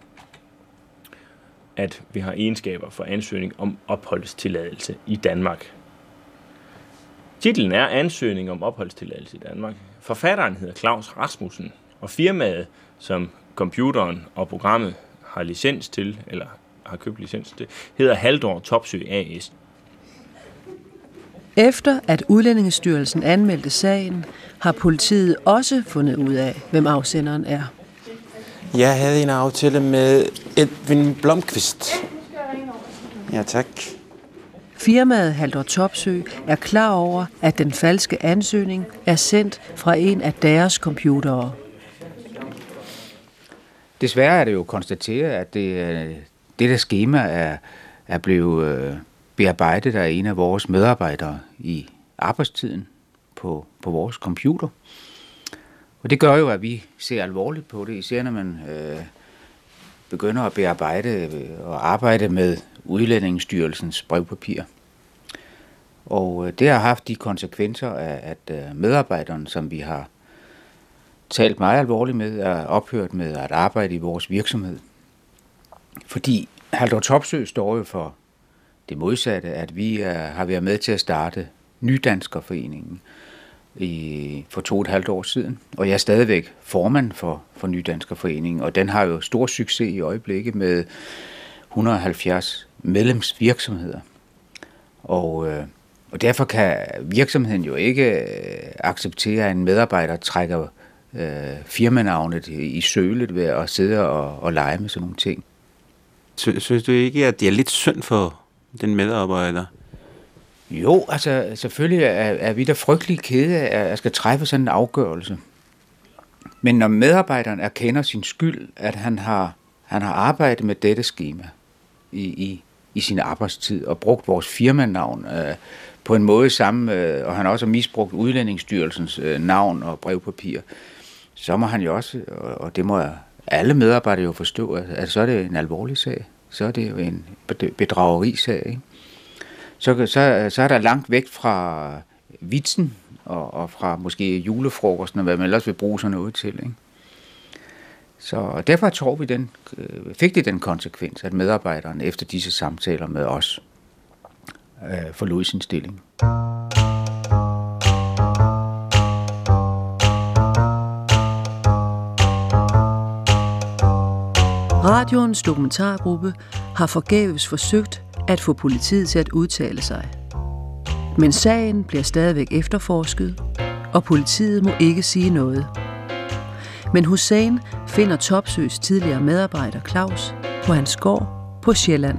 at vi har egenskaber for ansøgning om opholdstilladelse i Danmark. Titlen er Ansøgning om opholdstilladelse i Danmark. Forfatteren hedder Claus Rasmussen, og firmaet, som computeren og programmet har licens til, eller har købt licens til, hedder Haldor Topsø A S. Efter at Udlændingestyrelsen anmeldte sagen, har politiet også fundet ud af, hvem afsenderen er. Jeg havde en aftale med Edvin Blomqvist. Ja, tak. Firmaet Haldor Topsø er klar over, at den falske ansøgning er sendt fra en af deres computere. Desværre er det jo konstateret, at det, det der skema er, er blevet bearbejdet af en af vores medarbejdere i arbejdstiden på, på vores computer. Og det gør jo, at vi ser alvorligt på det, især når man øh, begynder at bearbejde og arbejde med Udlændingsstyrelsens brevpapir. Og det har haft de konsekvenser, at medarbejderen, som vi har talt meget alvorligt med, er ophørt med at arbejde i vores virksomhed. Fordi Haldor Topsø står jo for det modsatte, at vi er, har været med til at starte Nydanskerforeningen i, for to og et halvt år siden. Og jeg er stadigvæk formand for, for Nydanskerforeningen, og den har jo stor succes i øjeblikket med et hundrede og halvfjerds medlemsvirksomheder. Og, øh, og derfor kan virksomheden jo ikke øh, acceptere, at en medarbejder trækker øh, firmanavnet i, i sølet ved at sidde og, og lege med sådan nogle ting. Synes du ikke, at det er lidt synd for den medarbejder? Jo, altså selvfølgelig er, er vi da frygtelig kede af at skal træffe sådan en afgørelse. Men når medarbejderen erkender sin skyld, at han har, han har arbejdet med dette skema i, i, i sin arbejdstid og brugt vores firmanavn øh, på en måde sammen, øh, og han også har misbrugt Udlændingsstyrelsens øh, navn og brevpapir, så må han jo også, og, og det må alle medarbejdere jo forstå, at, at så er det en alvorlig sag. Så er det jo en bedragerisag, ikke? Så, så, så er der langt væk fra vitsen og, og fra måske julefrokosten, og hvad man ellers vil bruge sådan noget til, ikke? Så derfor tror vi, den, fik det den konsekvens, at medarbejderne efter disse samtaler med os øh, forlod sin stilling. Radioens dokumentargruppe har forgæves forsøgt at få politiet til at udtale sig. Men sagen bliver stadigvæk efterforsket, og politiet må ikke sige noget. Men Hussein finder Topsøes tidligere medarbejder Claus på hans gård på Sjælland.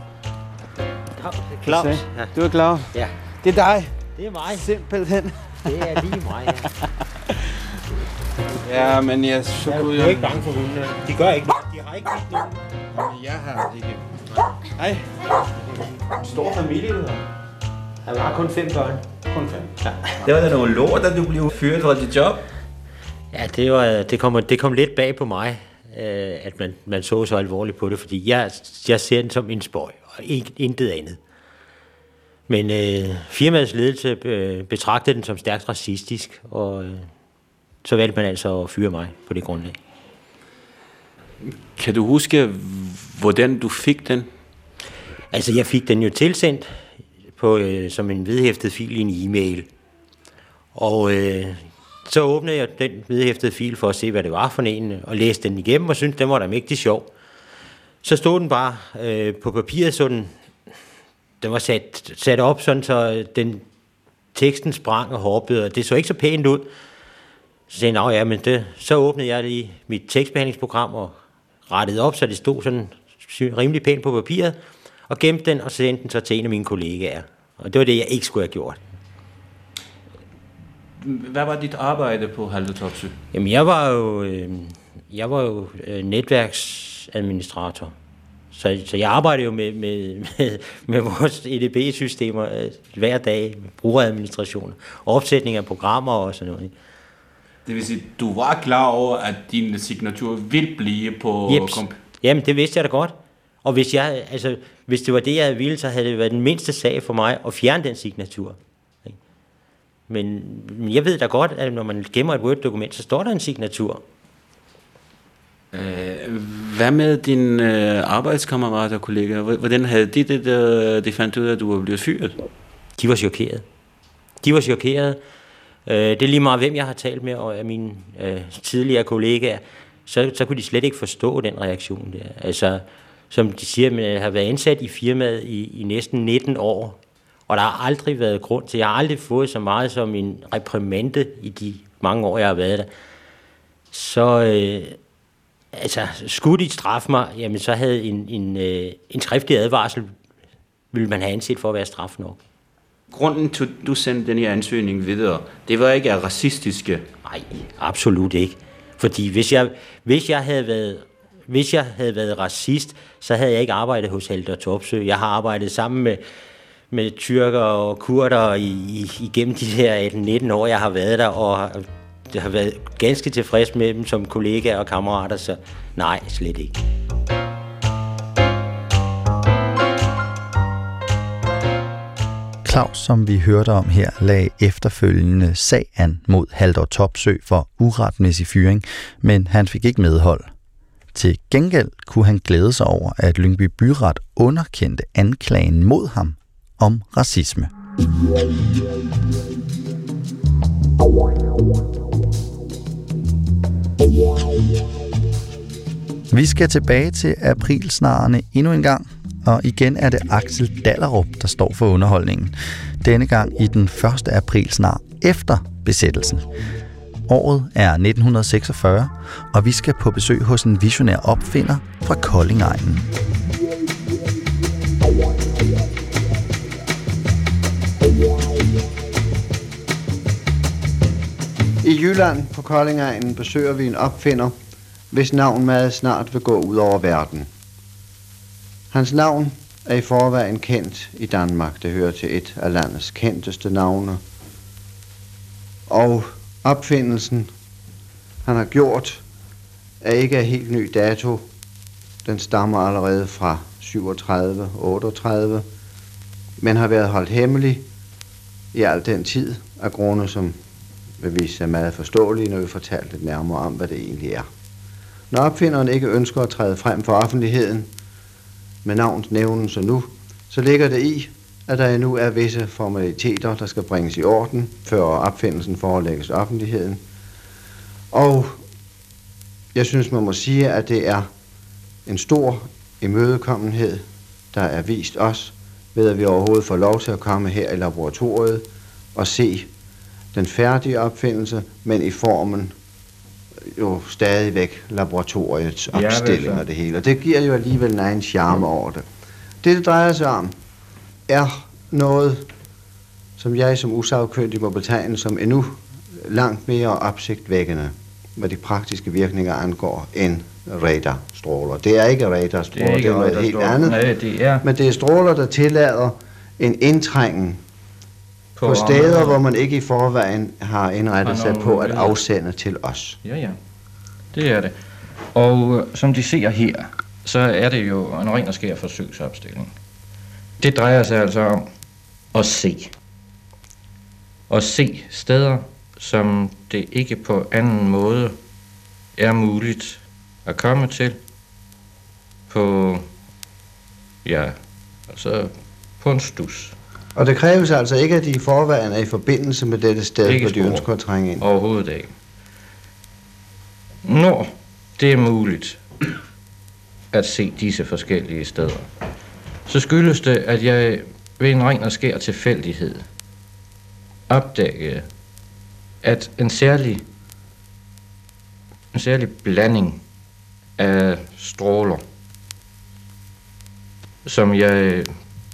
Claus, ja. Du er Claus? Ja. Det er dig? Det er mig. Simpelthen. Det er lige mig, ja. Ja, men jeg så ja, kunne jeg... er ikke bange for hundene. De gør ikke noget. De har ikke vist nogen. Jeg har ikke. Hej. Stor familie, du har. Der var kun fem børn. Kun fem. Ja. Det var da nogle lort, da du blev fyret fra dit job. Ja, det, var, det, kom, det kom lidt bag på mig, øh, at man, man så så alvorligt på det, fordi jeg, jeg ser den som en spøj, og ikke, intet andet. Men øh, firmaets ledelse øh, betragtede den som stærkt racistisk, og øh, så valgte man altså at fyre mig på det grundlag. Kan du huske, hvordan du fik den? Altså, jeg fik den jo tilsendt på, øh, som en vedhæftet fil i en e-mail. Og øh, så åbnede jeg den vedhæftede fil for at se, hvad det var for en, og læste den igennem, og syntes, den var da mægtig sjov. Så stod den bare øh, på papiret, så den, den var sat, sat op, sådan, så den, teksten sprang og hoppede, og det så ikke så pænt ud. Så sagde jeg, ja, men det, så åbnede jeg lige mit tekstbehandlingsprogram og rettede op, så det stod sådan rimelig pænt på papiret, og gemte den og sendte den så til en af mine kollegaer. Og det var det, jeg ikke skulle have gjort. Hvad var dit arbejde på Haldor Topsøe? Jamen, jeg var jo, øh, jeg var jo øh, netværksadministrator. Så, så jeg arbejdede jo med, med, med, med vores E D B-systemer øh, hver dag, brugeradministration, opsætning af programmer og sådan noget. Det vil sige, du var klar over, at din signatur ville blive på... Komp- Jamen, det vidste jeg da godt. Og hvis, jeg, altså, hvis det var det, jeg ville, så havde det været den mindste sag for mig at fjerne den signatur. Men jeg ved da godt, at når man gemmer et Word-dokument, så står der en signatur. Hvad med dine arbejdskammerater og kollegaer? Hvordan havde de det, der de fandt ud af, at du var blevet fyret? De var chokeret. De var chokeret. Det er lige meget, hvem jeg har talt med, og af mine øh, tidligere kollegaer, så, så kunne de slet ikke forstå den reaktion der. Altså, som de siger, at jeg har været ansat i firmaet i, i næsten nitten år, og der har aldrig været grund til, jeg har aldrig fået så meget som en reprimande i de mange år, jeg har været der. Så, øh, altså, skulle de straffe mig, jamen så havde en, en, øh, en skriftlig advarsel, ville man have anset for at være straf nok. Grunden til, at du sendte den her ansøgning videre, det var ikke af racistiske? Nej, absolut ikke. Fordi hvis jeg, hvis jeg havde været... Hvis jeg havde været racist, så havde jeg ikke arbejdet hos Haldor Topsøe. Jeg har arbejdet sammen med, med tyrker og kurder i, i, igennem de her atten nitten år, jeg har været der, og jeg har været ganske tilfreds med dem som kollegaer og kammerater, så nej, slet ikke. Claus, som vi hørte om her, lagde efterfølgende sag an mod Haldor Topsøe for uretmæssig fyring, men han fik ikke medhold. Til gengæld kunne han glæde sig over, at Lyngby Byret underkendte anklagen mod ham om racisme. Vi skal tilbage til aprilsnarerne endnu en gang, og igen er det Axel Dallerup, der står for underholdningen. Denne gang i den første aprilsnar efter besættelsen. Året er nitten seksogfyrre, og vi skal på besøg hos en visionær opfinder fra Koldingegnen. I Jylland på Koldingegnen besøger vi en opfinder, hvis navn meget snart vil gå ud over verden. Hans navn er i forvejen kendt i Danmark. Det hører til et af landets kendteste navne. Og opfindelsen, han har gjort, er ikke af helt ny dato. Den stammer allerede fra syvogtredive otteogtredive, men har været holdt hemmelig i al den tid af grunde, som vil vise sig meget forståelige, når vi fortæller lidt nærmere om, hvad det egentlig er. Når opfinderen ikke ønsker at træde frem for offentligheden med navnsnævnelse nu, så ligger det i, at der endnu er visse formaliteter, der skal bringes i orden, før opfindelsen forelægges offentligheden. Og jeg synes, man må sige, at det er en stor imødekommenhed, der er vist os, ved at vi overhovedet får lov til at komme her i laboratoriet og se den færdige opfindelse, men i formen jo stadigvæk laboratoriets opstilling af det hele. Og det giver jo alligevel en egen charme over det. Det, det drejer sig om, er noget, som jeg som usagkyndig må betegne som endnu langt mere opsigtvækkende, hvad de praktiske virkninger angår, end radarstråler. Det er ikke radarstråler, det er, det er noget helt andet. Nej, det er... Men det er stråler, der tillader en indtrængen på, på steder, området, hvor man ikke i forvejen har indrettet sig på at afsende til os. Ja, ja. Det er det. Og som de ser her, så er det jo en ren og skær forsøgsopstilling. Det drejer sig altså om at se. At se steder, som det ikke på anden måde er muligt at komme til på, ja, altså på en stus. Og det kræves altså ikke, at de i forvejen er i forbindelse med dette sted, ikke hvor de ønsker at trænge ind? Overhovedet ikke. Når det er muligt at se disse forskellige steder, så skyldes det, at jeg ved en ren og skær tilfældighed opdagede, at en særlig, en særlig blanding af stråler, som jeg...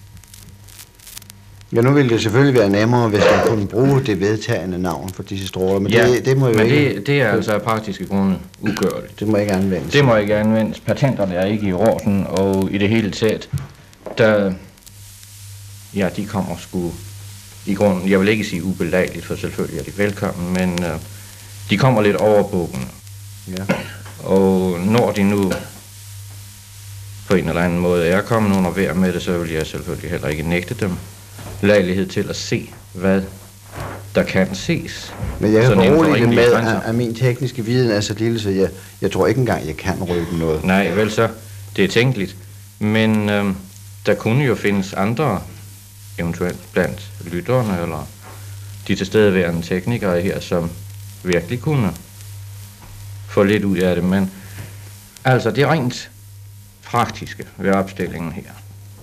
Ja, nu ville det selvfølgelig være nemmere, hvis man kunne bruge det vedtagende navn for disse stråler, men ja, det, det må jo men ikke... det, det er altså af praktiske grunde ugørligt. Det må ikke anvendes. Det må ikke anvendes. Patenterne er ikke i orden, og i det hele taget, der... Ja, de kommer sgu i grunden, jeg vil ikke sige ubelejligt, for selvfølgelig er de velkommen, men uh, de kommer lidt overbogende. Ja. Og når de nu på en eller anden måde er kommet under vejr med det, så vil jeg selvfølgelig heller ikke nægte dem lejlighed til at se, hvad der kan ses. Men jeg kan berolige med, at, at min tekniske viden er så lille, så jeg, jeg tror ikke engang, jeg kan røbe noget. Nej, vel så, det er tænkeligt. Men øhm, der kunne jo findes andre, eventuelt blandt lytterne, eller de tilstedeværende teknikere her, som virkelig kunne få lidt ud af det. Men altså, det rent praktiske ved opstillingen her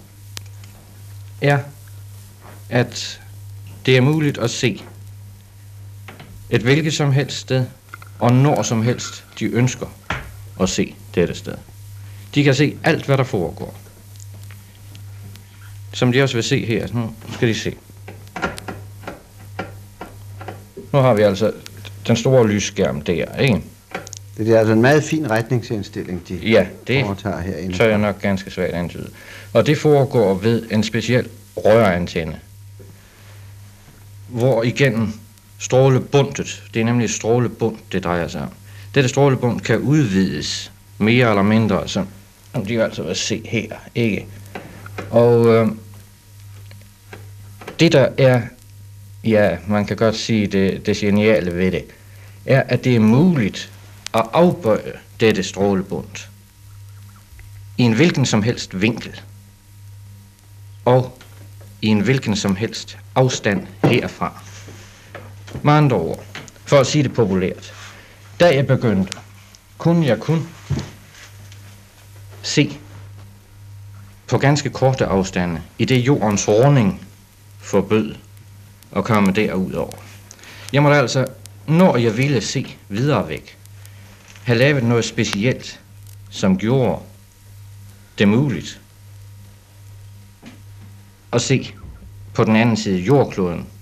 er, at det er muligt at se et hvilket som helst sted, og når som helst de ønsker at se dette sted. De kan se alt, hvad der foregår. Som de også vil se her. Nu skal de se. Nu har vi altså den store lysskærm der, ikke? Det er altså en meget fin retningsindstilling, de ja, det foretager herinde. Så er jeg nok ganske svagt antydet. Og det foregår ved en speciel rørantenne, hvor igennem strålebundet, det er nemlig strålebund, det drejer sig om. Dette strålebund kan udvides mere eller mindre, som de jo altså vil se her, ikke? Og øh, det der er, ja, man kan godt sige det, det geniale ved det, er, at det er muligt at afbøje dette strålebund i en hvilken som helst vinkel og i en hvilken som helst afstand herfra. Med andre ord, for at sige det populært, da jeg begyndte, kunne jeg kun se på ganske korte afstande, i det jordens runding forbød at komme derud over. Jeg måtte altså, når jeg ville se videre væk, have lavet noget specielt, som gjorde det muligt at se på den anden side jordkloden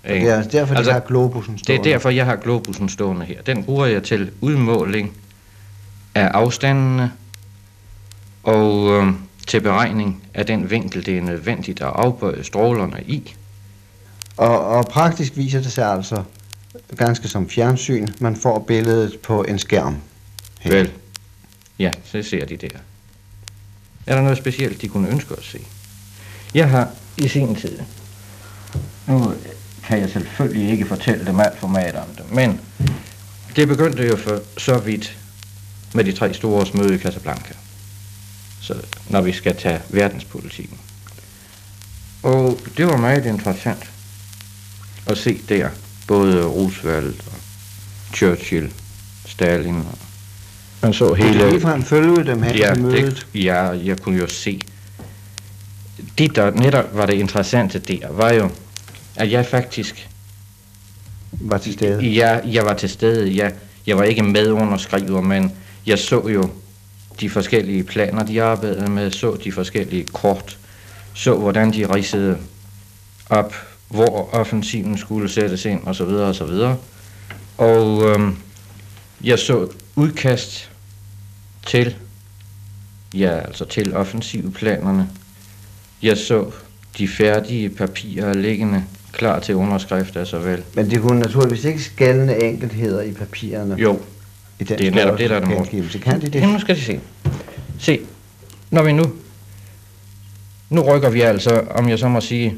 Det er derfor, altså, de har globussen stående. Det er derfor, jeg har globussen stående her. Den bruger jeg til udmåling af afstandene og øh, til beregning af den vinkel, det er nødvendigt at afbøje strålerne i. Og, og praktisk viser det sig altså ganske som fjernsyn. Man får billedet på en skærm. Her. Vel, ja, så ser de der. Er der noget specielt, de kunne ønske at se? Jeg har i sin tid, nu kan jeg selvfølgelig ikke fortælle dem alt for meget om det, men det begyndte jo for så vidt med de tre store møde i Casablanca. Så når vi skal tage verdenspolitikken. Og det var meget interessant at se der, både Roosevelt og Churchill, Stalin og man så hele... Du ligefrem følge dem her ja, til mødet? Det, ja, jeg kunne jo se. Det, der netop var det interessante der, var jo, at jeg faktisk... Var til stede? Ja, jeg var til stede. Jeg, jeg var ikke medunderskriver, men jeg så jo de forskellige planer, de arbejdede med, så de forskellige kort, så hvordan de ridsede op, hvor offensiven skulle sættes ind, og så videre, og så videre. Og øhm, jeg så udkast til, ja, altså til offensivplanerne. Jeg så de færdige papirer liggende klar til underskrift af så vel. Men det kunne naturligvis ikke skældende enkeltheder i papirerne. Jo, i den det er netop det, der er det morsomt. Kan de det? Ja, nu skal de se. Se, når vi nu, nu rykker vi altså, om jeg så må sige,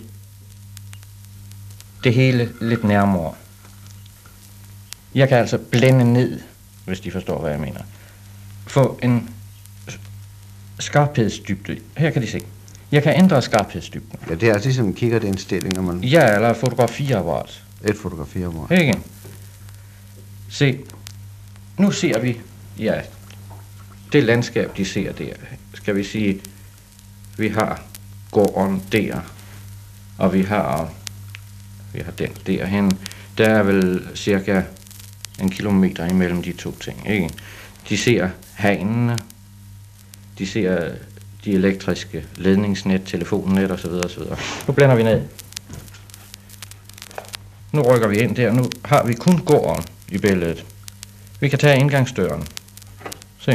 det hele lidt nærmere. Jeg kan altså blænde ned, hvis de forstår, hvad jeg mener. Få en skarphedsdybde. Her kan de se. Jeg kan ændre skarphedsdybden. Ja, det er altså ligesom en kikkertindstilling, når man... Ja, eller fotografiapparat. Et fotografiapparat. Ikke? Se, nu ser vi, ja, det landskab, de ser der. Skal vi sige, vi har gården der, og vi har, vi har den derhen. Der er vel cirka en kilometer imellem de to ting, ikke? De ser hanene, de ser de elektriske ledningsnet, telefonnet osv. osv. Nu blænder vi ned. Nu rykker vi ind der. Nu har vi kun gården i billedet. Vi kan tage indgangsdøren. Se.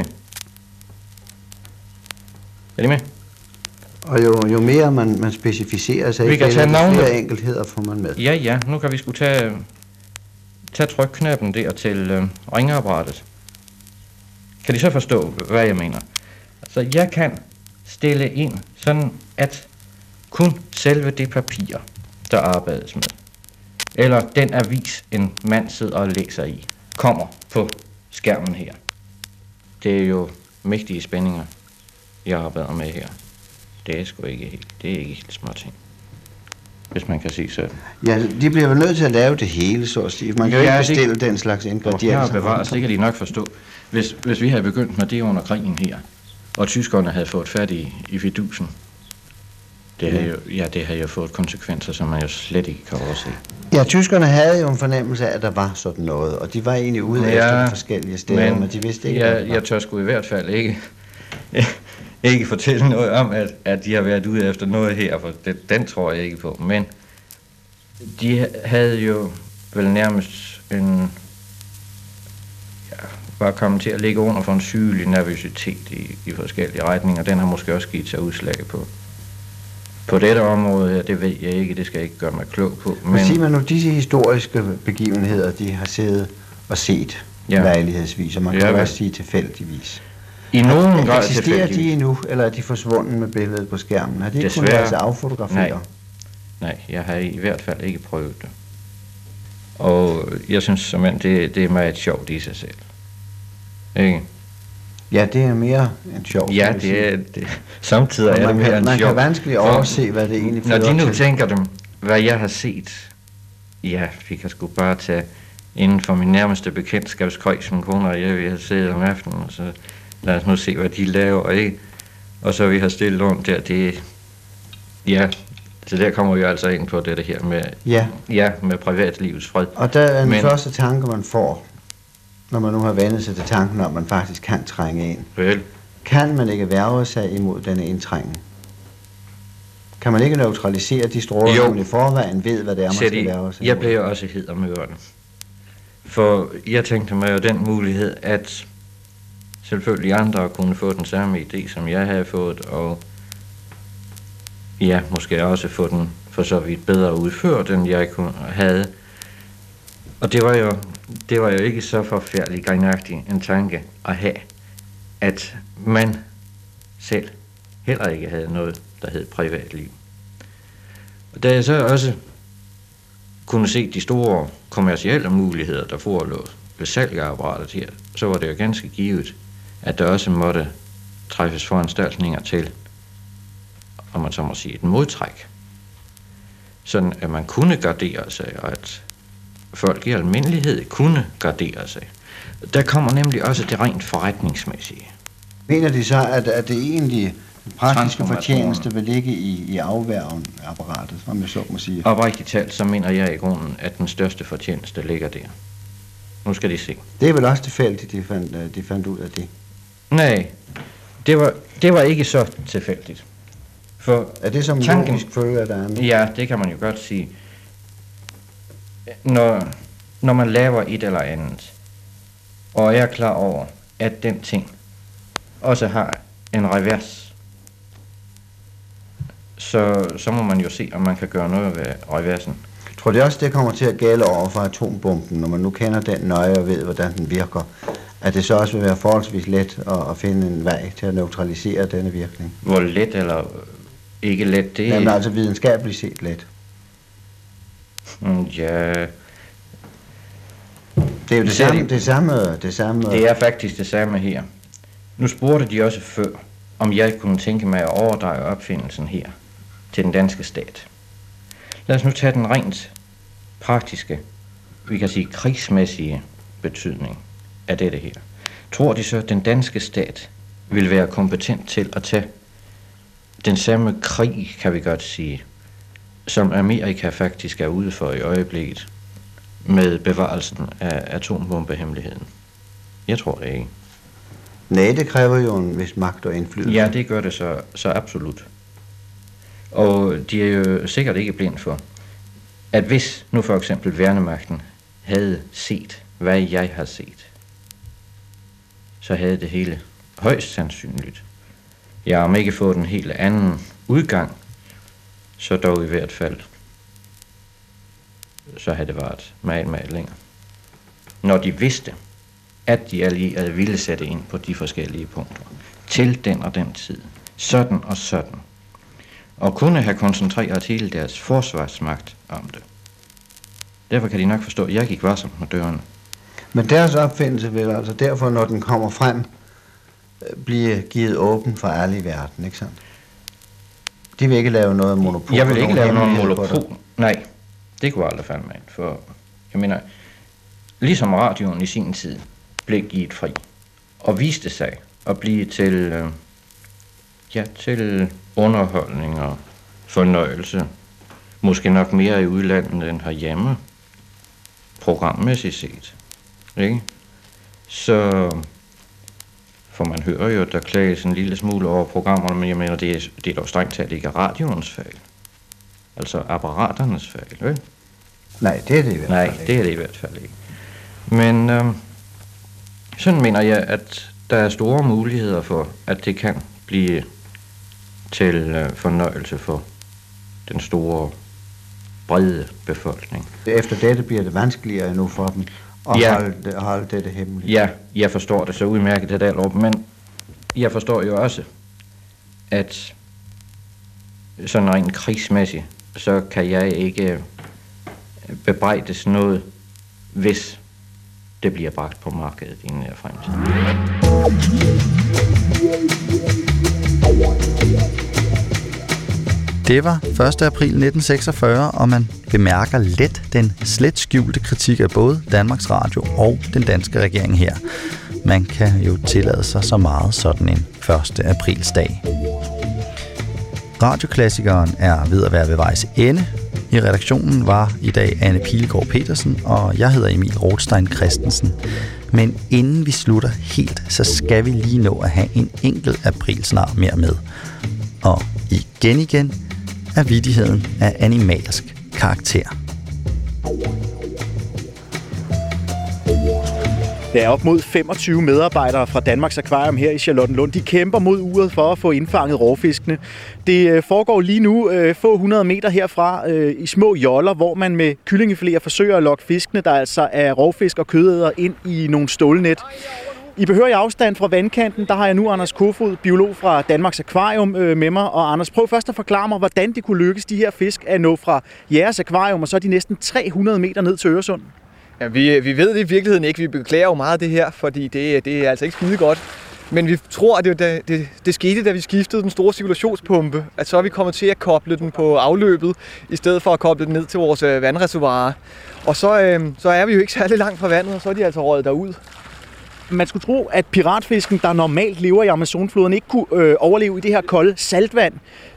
Er de med? Og jo, jo mere man, man specificerer sig, vi kan tage navne. Flere enkeltheder får man med. Ja, ja. Nu kan vi sgu tage, tage trykknappen der til øh, ringeapparatet. Kan de så forstå, hvad jeg mener? Altså, jeg kan stille ind, sådan at kun selve det papir, der arbejdes med, eller den avis, en mand sidder og læser i, kommer på skærmen her. Det er jo mægtige spændinger, jeg arbejder med her. Det er sgu ikke helt, det er ikke helt små ting, hvis man kan sige sådan. Ja, de bliver vel nødt til at lave det hele, så at sige. Man kan jo ja, ikke bestille det, den slags ingredienser. Ja, bevares, det kan de nok forstå. Hvis, hvis vi havde begyndt med det under krigen her, og tyskerne havde fået fat i, i fidusen, det havde, jo, ja, det havde jo fået konsekvenser, som man jo slet ikke kan overse. Ja, tyskerne havde jo en fornemmelse af, at der var sådan noget, og de var egentlig ude ja, efter de forskellige steder, men, men de vidste ikke, ja, jeg tør sgu i hvert fald ikke, ikke fortælle noget om, at, at de har været ude efter noget her, for det, den tror jeg ikke på. Men de havde jo vel nærmest en... var kommet til at ligge under for en sygelig nervøsitet i, i forskellige retninger. Den har måske også givet sig udslag på. På dette område her, det ved jeg ikke, det skal jeg ikke gøre mig klog på. Men, men siger man nu, disse historiske begivenheder, de har siddet og set ja. lejlighedsvis, og man kan ja, også sige tilfældigvis. I nogen grad eksisterer de endnu, eller er de forsvundet med billedet på skærmen? Har de ikke kunnet lade sig affotografere? Nej. Nej, jeg har i hvert fald ikke prøvet det. Og jeg synes simpelthen, det, det er meget sjovt i sig selv. Ikke? Ja, det er mere end sjovt. Ja, det er, det, samtidig er det mere kan, end man sjovt. Man kan vanskeligt overse, hvad det egentlig fører til. Når de nu til. tænker dem, hvad jeg har set, ja, vi kan sgu bare tage inden for min nærmeste bekendtskabskreds, som kone og jeg, vi har set om aftenen, og så lad os nu se, hvad de laver, ikke? Og så vi har stillet rundt der, det ja, så der kommer vi altså ind på det, det her med, ja. Ja, med privatlivets fred. Og der er den Men, første tanke, man får, når man nu har vendt sig til tanken om, at man faktisk kan trænge ind. Vel. Kan man ikke værge sig imod denne indtrængen? Kan man ikke neutralisere de stråler, Jo. når man i forvejen ved, hvad det er, man skal Sæt i. lave? Jeg blev jo også hed om ørerne. For jeg tænkte mig jo den mulighed, at selvfølgelig andre kunne få den samme idé, som jeg havde fået, og ja, måske også få den for så vidt bedre udført, end jeg kunne, havde. Og det var jo, det var jo ikke så forfærdeligt grinagtigt en tanke at have, at man selv heller ikke havde noget, der hed privatliv. Og da jeg så også kunne se de store kommercielle muligheder, der forelå ved salg af apparatet her, så var det jo ganske givet, at der også måtte træffes foranstaltninger til, om man så må sige, et modtræk. Sådan at man kunne gardere sig, og at folk i almindelighed kunne gardere sig. Der kommer nemlig også det rent forretningsmæssige. Mener de så, at, at det egentlig praktiske fortjeneste vil ligge i, i afværgen af apparatet, som jeg så må sige? Oprigtigt talt, så mener jeg i grunden, at den største fortjeneste ligger der. Nu skal de se. Det er vel også tilfældigt, de fandt, de fandt ud af det? Nej, det var, det var ikke så tilfældigt. For er det som tanken, logisk følge af det andet? Ja, det kan man jo godt sige. Når, når man laver et eller andet, og jeg er klar over, at den ting også har en revers, så, så må man jo se, om man kan gøre noget ved reversen. Tror det også, det kommer til at gælde over for atombomben, når man nu kender den nøje og ved, hvordan den virker, at det så også vil være forholdsvis let at, at finde en vej til at neutralisere denne virkning? Hvor let eller ikke let, det er... Jamen altså videnskabeligt set let. Mm, ja... Det er jo det, det, samme, det, samme, det samme... Det er faktisk det samme her. Nu spurgte de også før, om jeg kunne tænke mig at overdrage opfindelsen her til den danske stat. Lad os nu tage den rent praktiske, vi kan sige krigsmæssige betydning af dette her. Tror de så, at den danske stat vil være kompetent til at tage den samme krig, kan vi godt sige, som Amerika faktisk er ude for i øjeblikket, med bevarelsen af atombombehemmeligheden? Jeg tror det ikke. Nej, det kræver jo en vis magt og indflydelse. Ja, det gør det så, så absolut. Og de er jo sikkert ikke blind for, at hvis nu for eksempel værnemagten havde set, hvad jeg har set, så havde det hele højst sandsynligt. Jeg har ikke fået en helt anden udgang, så dog i hvert fald, så havde det været meget, meget længere. Når de vidste, at de allierede ville sætte ind på de forskellige punkter, til den og den tid, sådan og sådan, og kunne have koncentreret hele deres forsvarsmagt om det. Derfor kan de nok forstå, at jeg gik varsomt med dørene. Men deres opfindelse vil altså derfor, når den kommer frem, blive givet åben for alle i verden, ikke sandt? De vil ikke lave noget monopol. Jeg vil ikke lave noget monopol. Nej, det kunne aldrig falde mig ind, for jeg mener, ligesom radioen i sin tid blev givet fri, og viste sig at blive til, øh, ja, til underholdning og fornøjelse, måske nok mere i udlandet end herhjemme, programmæssigt set, ikke? Så, for man hører jo, at der klages en lille smule over programmerne, men jeg mener, det er, det er dog strengt talt ikke radioens fejl. Altså apparaternes fejl, ikke? Nej, det er det i hvert fald Nej, ikke. det er det i hvert fald ikke. Men øh, sådan mener jeg, at der er store muligheder for, at det kan blive til øh, fornøjelse for den store, brede befolkning. Efter dette bliver det vanskeligere endnu for dem at Ja. holde, holde dette hemmeligt. Ja, jeg forstår det så udmærket, det der lov, men jeg forstår jo også, at sådan rent krigsmæssigt, så kan jeg ikke bebrejdes noget, hvis det bliver bragt på markedet i en nær fremtid. Det var første april nitten seksogfyrre, og man bemærker let den slet skjulte kritik af både Danmarks Radio og den danske regering her. Man kan jo tillade sig så meget sådan en første aprilsdag. Radioklassikeren er ved at være ved vejs ende. I redaktionen var i dag Anne Pilegaard Petersen, og jeg hedder Emil Rothstein Christensen. Men inden vi slutter helt, så skal vi lige nå at have en enkelt aprilsnar mere med. Og igen igen, er vittigheden af animalsk karakter. Der er op mod femogtyve medarbejdere fra Danmarks Akvarium her i Charlottenlund. De kæmper mod uret for at få indfanget rovfiskene. Det foregår lige nu øh, få hundrede meter herfra øh, i små joller, hvor man med kyllingefiléer forsøger at lokke fiskene, der altså er rovfisk og kødæder, ind i nogle stålnet. I behørig afstand fra vandkanten, der har jeg nu Anders Kofod, biolog fra Danmarks Akvarium, øh, med mig. Og Anders, prøv først at forklare mig, hvordan det kunne lykkes de her fisk at nå fra jeres akvarium, og så de næsten tre hundrede meter ned til Øresund. Ja, vi, vi ved det i virkeligheden ikke. Vi beklager jo meget af det her, fordi det, det er altså ikke skide godt. Men vi tror, at det, det, det, det skete, da vi skiftede den store cirkulationspumpe. At så er vi kommet til at koble den på afløbet, i stedet for at koble den ned til vores vandreservoirer. Og så, øh, så er vi jo ikke særlig langt fra vandet, og så er de altså røget derud. Man skulle tro, at piratfisken, der normalt lever i Amazonfloden, ikke kunne øh, overleve i det her kolde saltvand.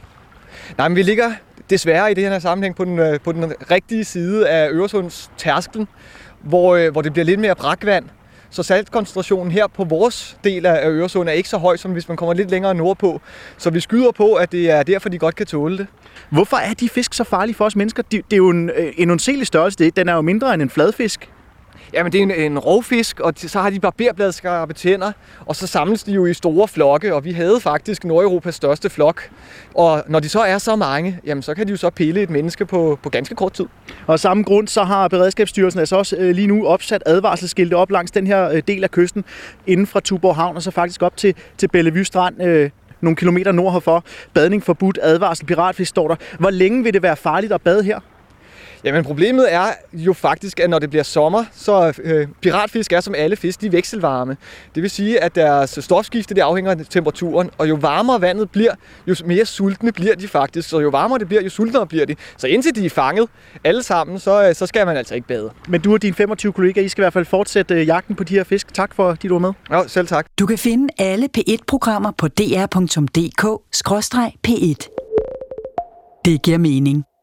Nej, men vi ligger desværre i det her sammenhæng på den, på den rigtige side af Øresunds tærsklen, hvor, hvor det bliver lidt mere brakvand. Så saltkoncentrationen her på vores del af Øresund er ikke så høj, som hvis man kommer lidt længere nordpå. Så vi skyder på, at det er derfor, de godt kan tåle det. Hvorfor er de fisk så farlige for os mennesker? Det er jo en, en undseelig størrelse. Den er jo mindre end en fladfisk. Jamen, det er en, en rovfisk, og så har de barberbladskarpe tænder, og så samles de jo i store flokke, og vi havde faktisk Nordeuropas største flok. Og når de så er så mange, jamen, så kan de jo så pille et menneske på, på ganske kort tid. Og af samme grund, så har Beredskabsstyrelsen altså også øh, lige nu opsat advarselsskilte op langs den her øh, del af kysten, inden fra Tuborg Havn, og så faktisk op til, til Bellevue Strand, øh, nogle kilometer nord herfor. Badning forbudt, advarsel, piratfisk står der. Hvor længe vil det være farligt at bade her? Jamen problemet er jo faktisk, at når det bliver sommer, så øh, piratfisk er som alle fisk, de er vekselvarme. Det vil sige, at deres stofskifte det afhænger af temperaturen, og jo varmere vandet bliver, jo mere sultne bliver de faktisk. Så jo varmere det bliver, jo sultnere bliver de. Så indtil de er fanget alle sammen, så, så skal man altså ikke bade. Men du og dine femogtyve kollegaer, I skal i hvert fald fortsætte jagten på de her fisk. Tak for, at du var med. Ja, selv tak. Du kan finde alle P et-programmer på d r punktum d k skråstreg p et. Det giver mening.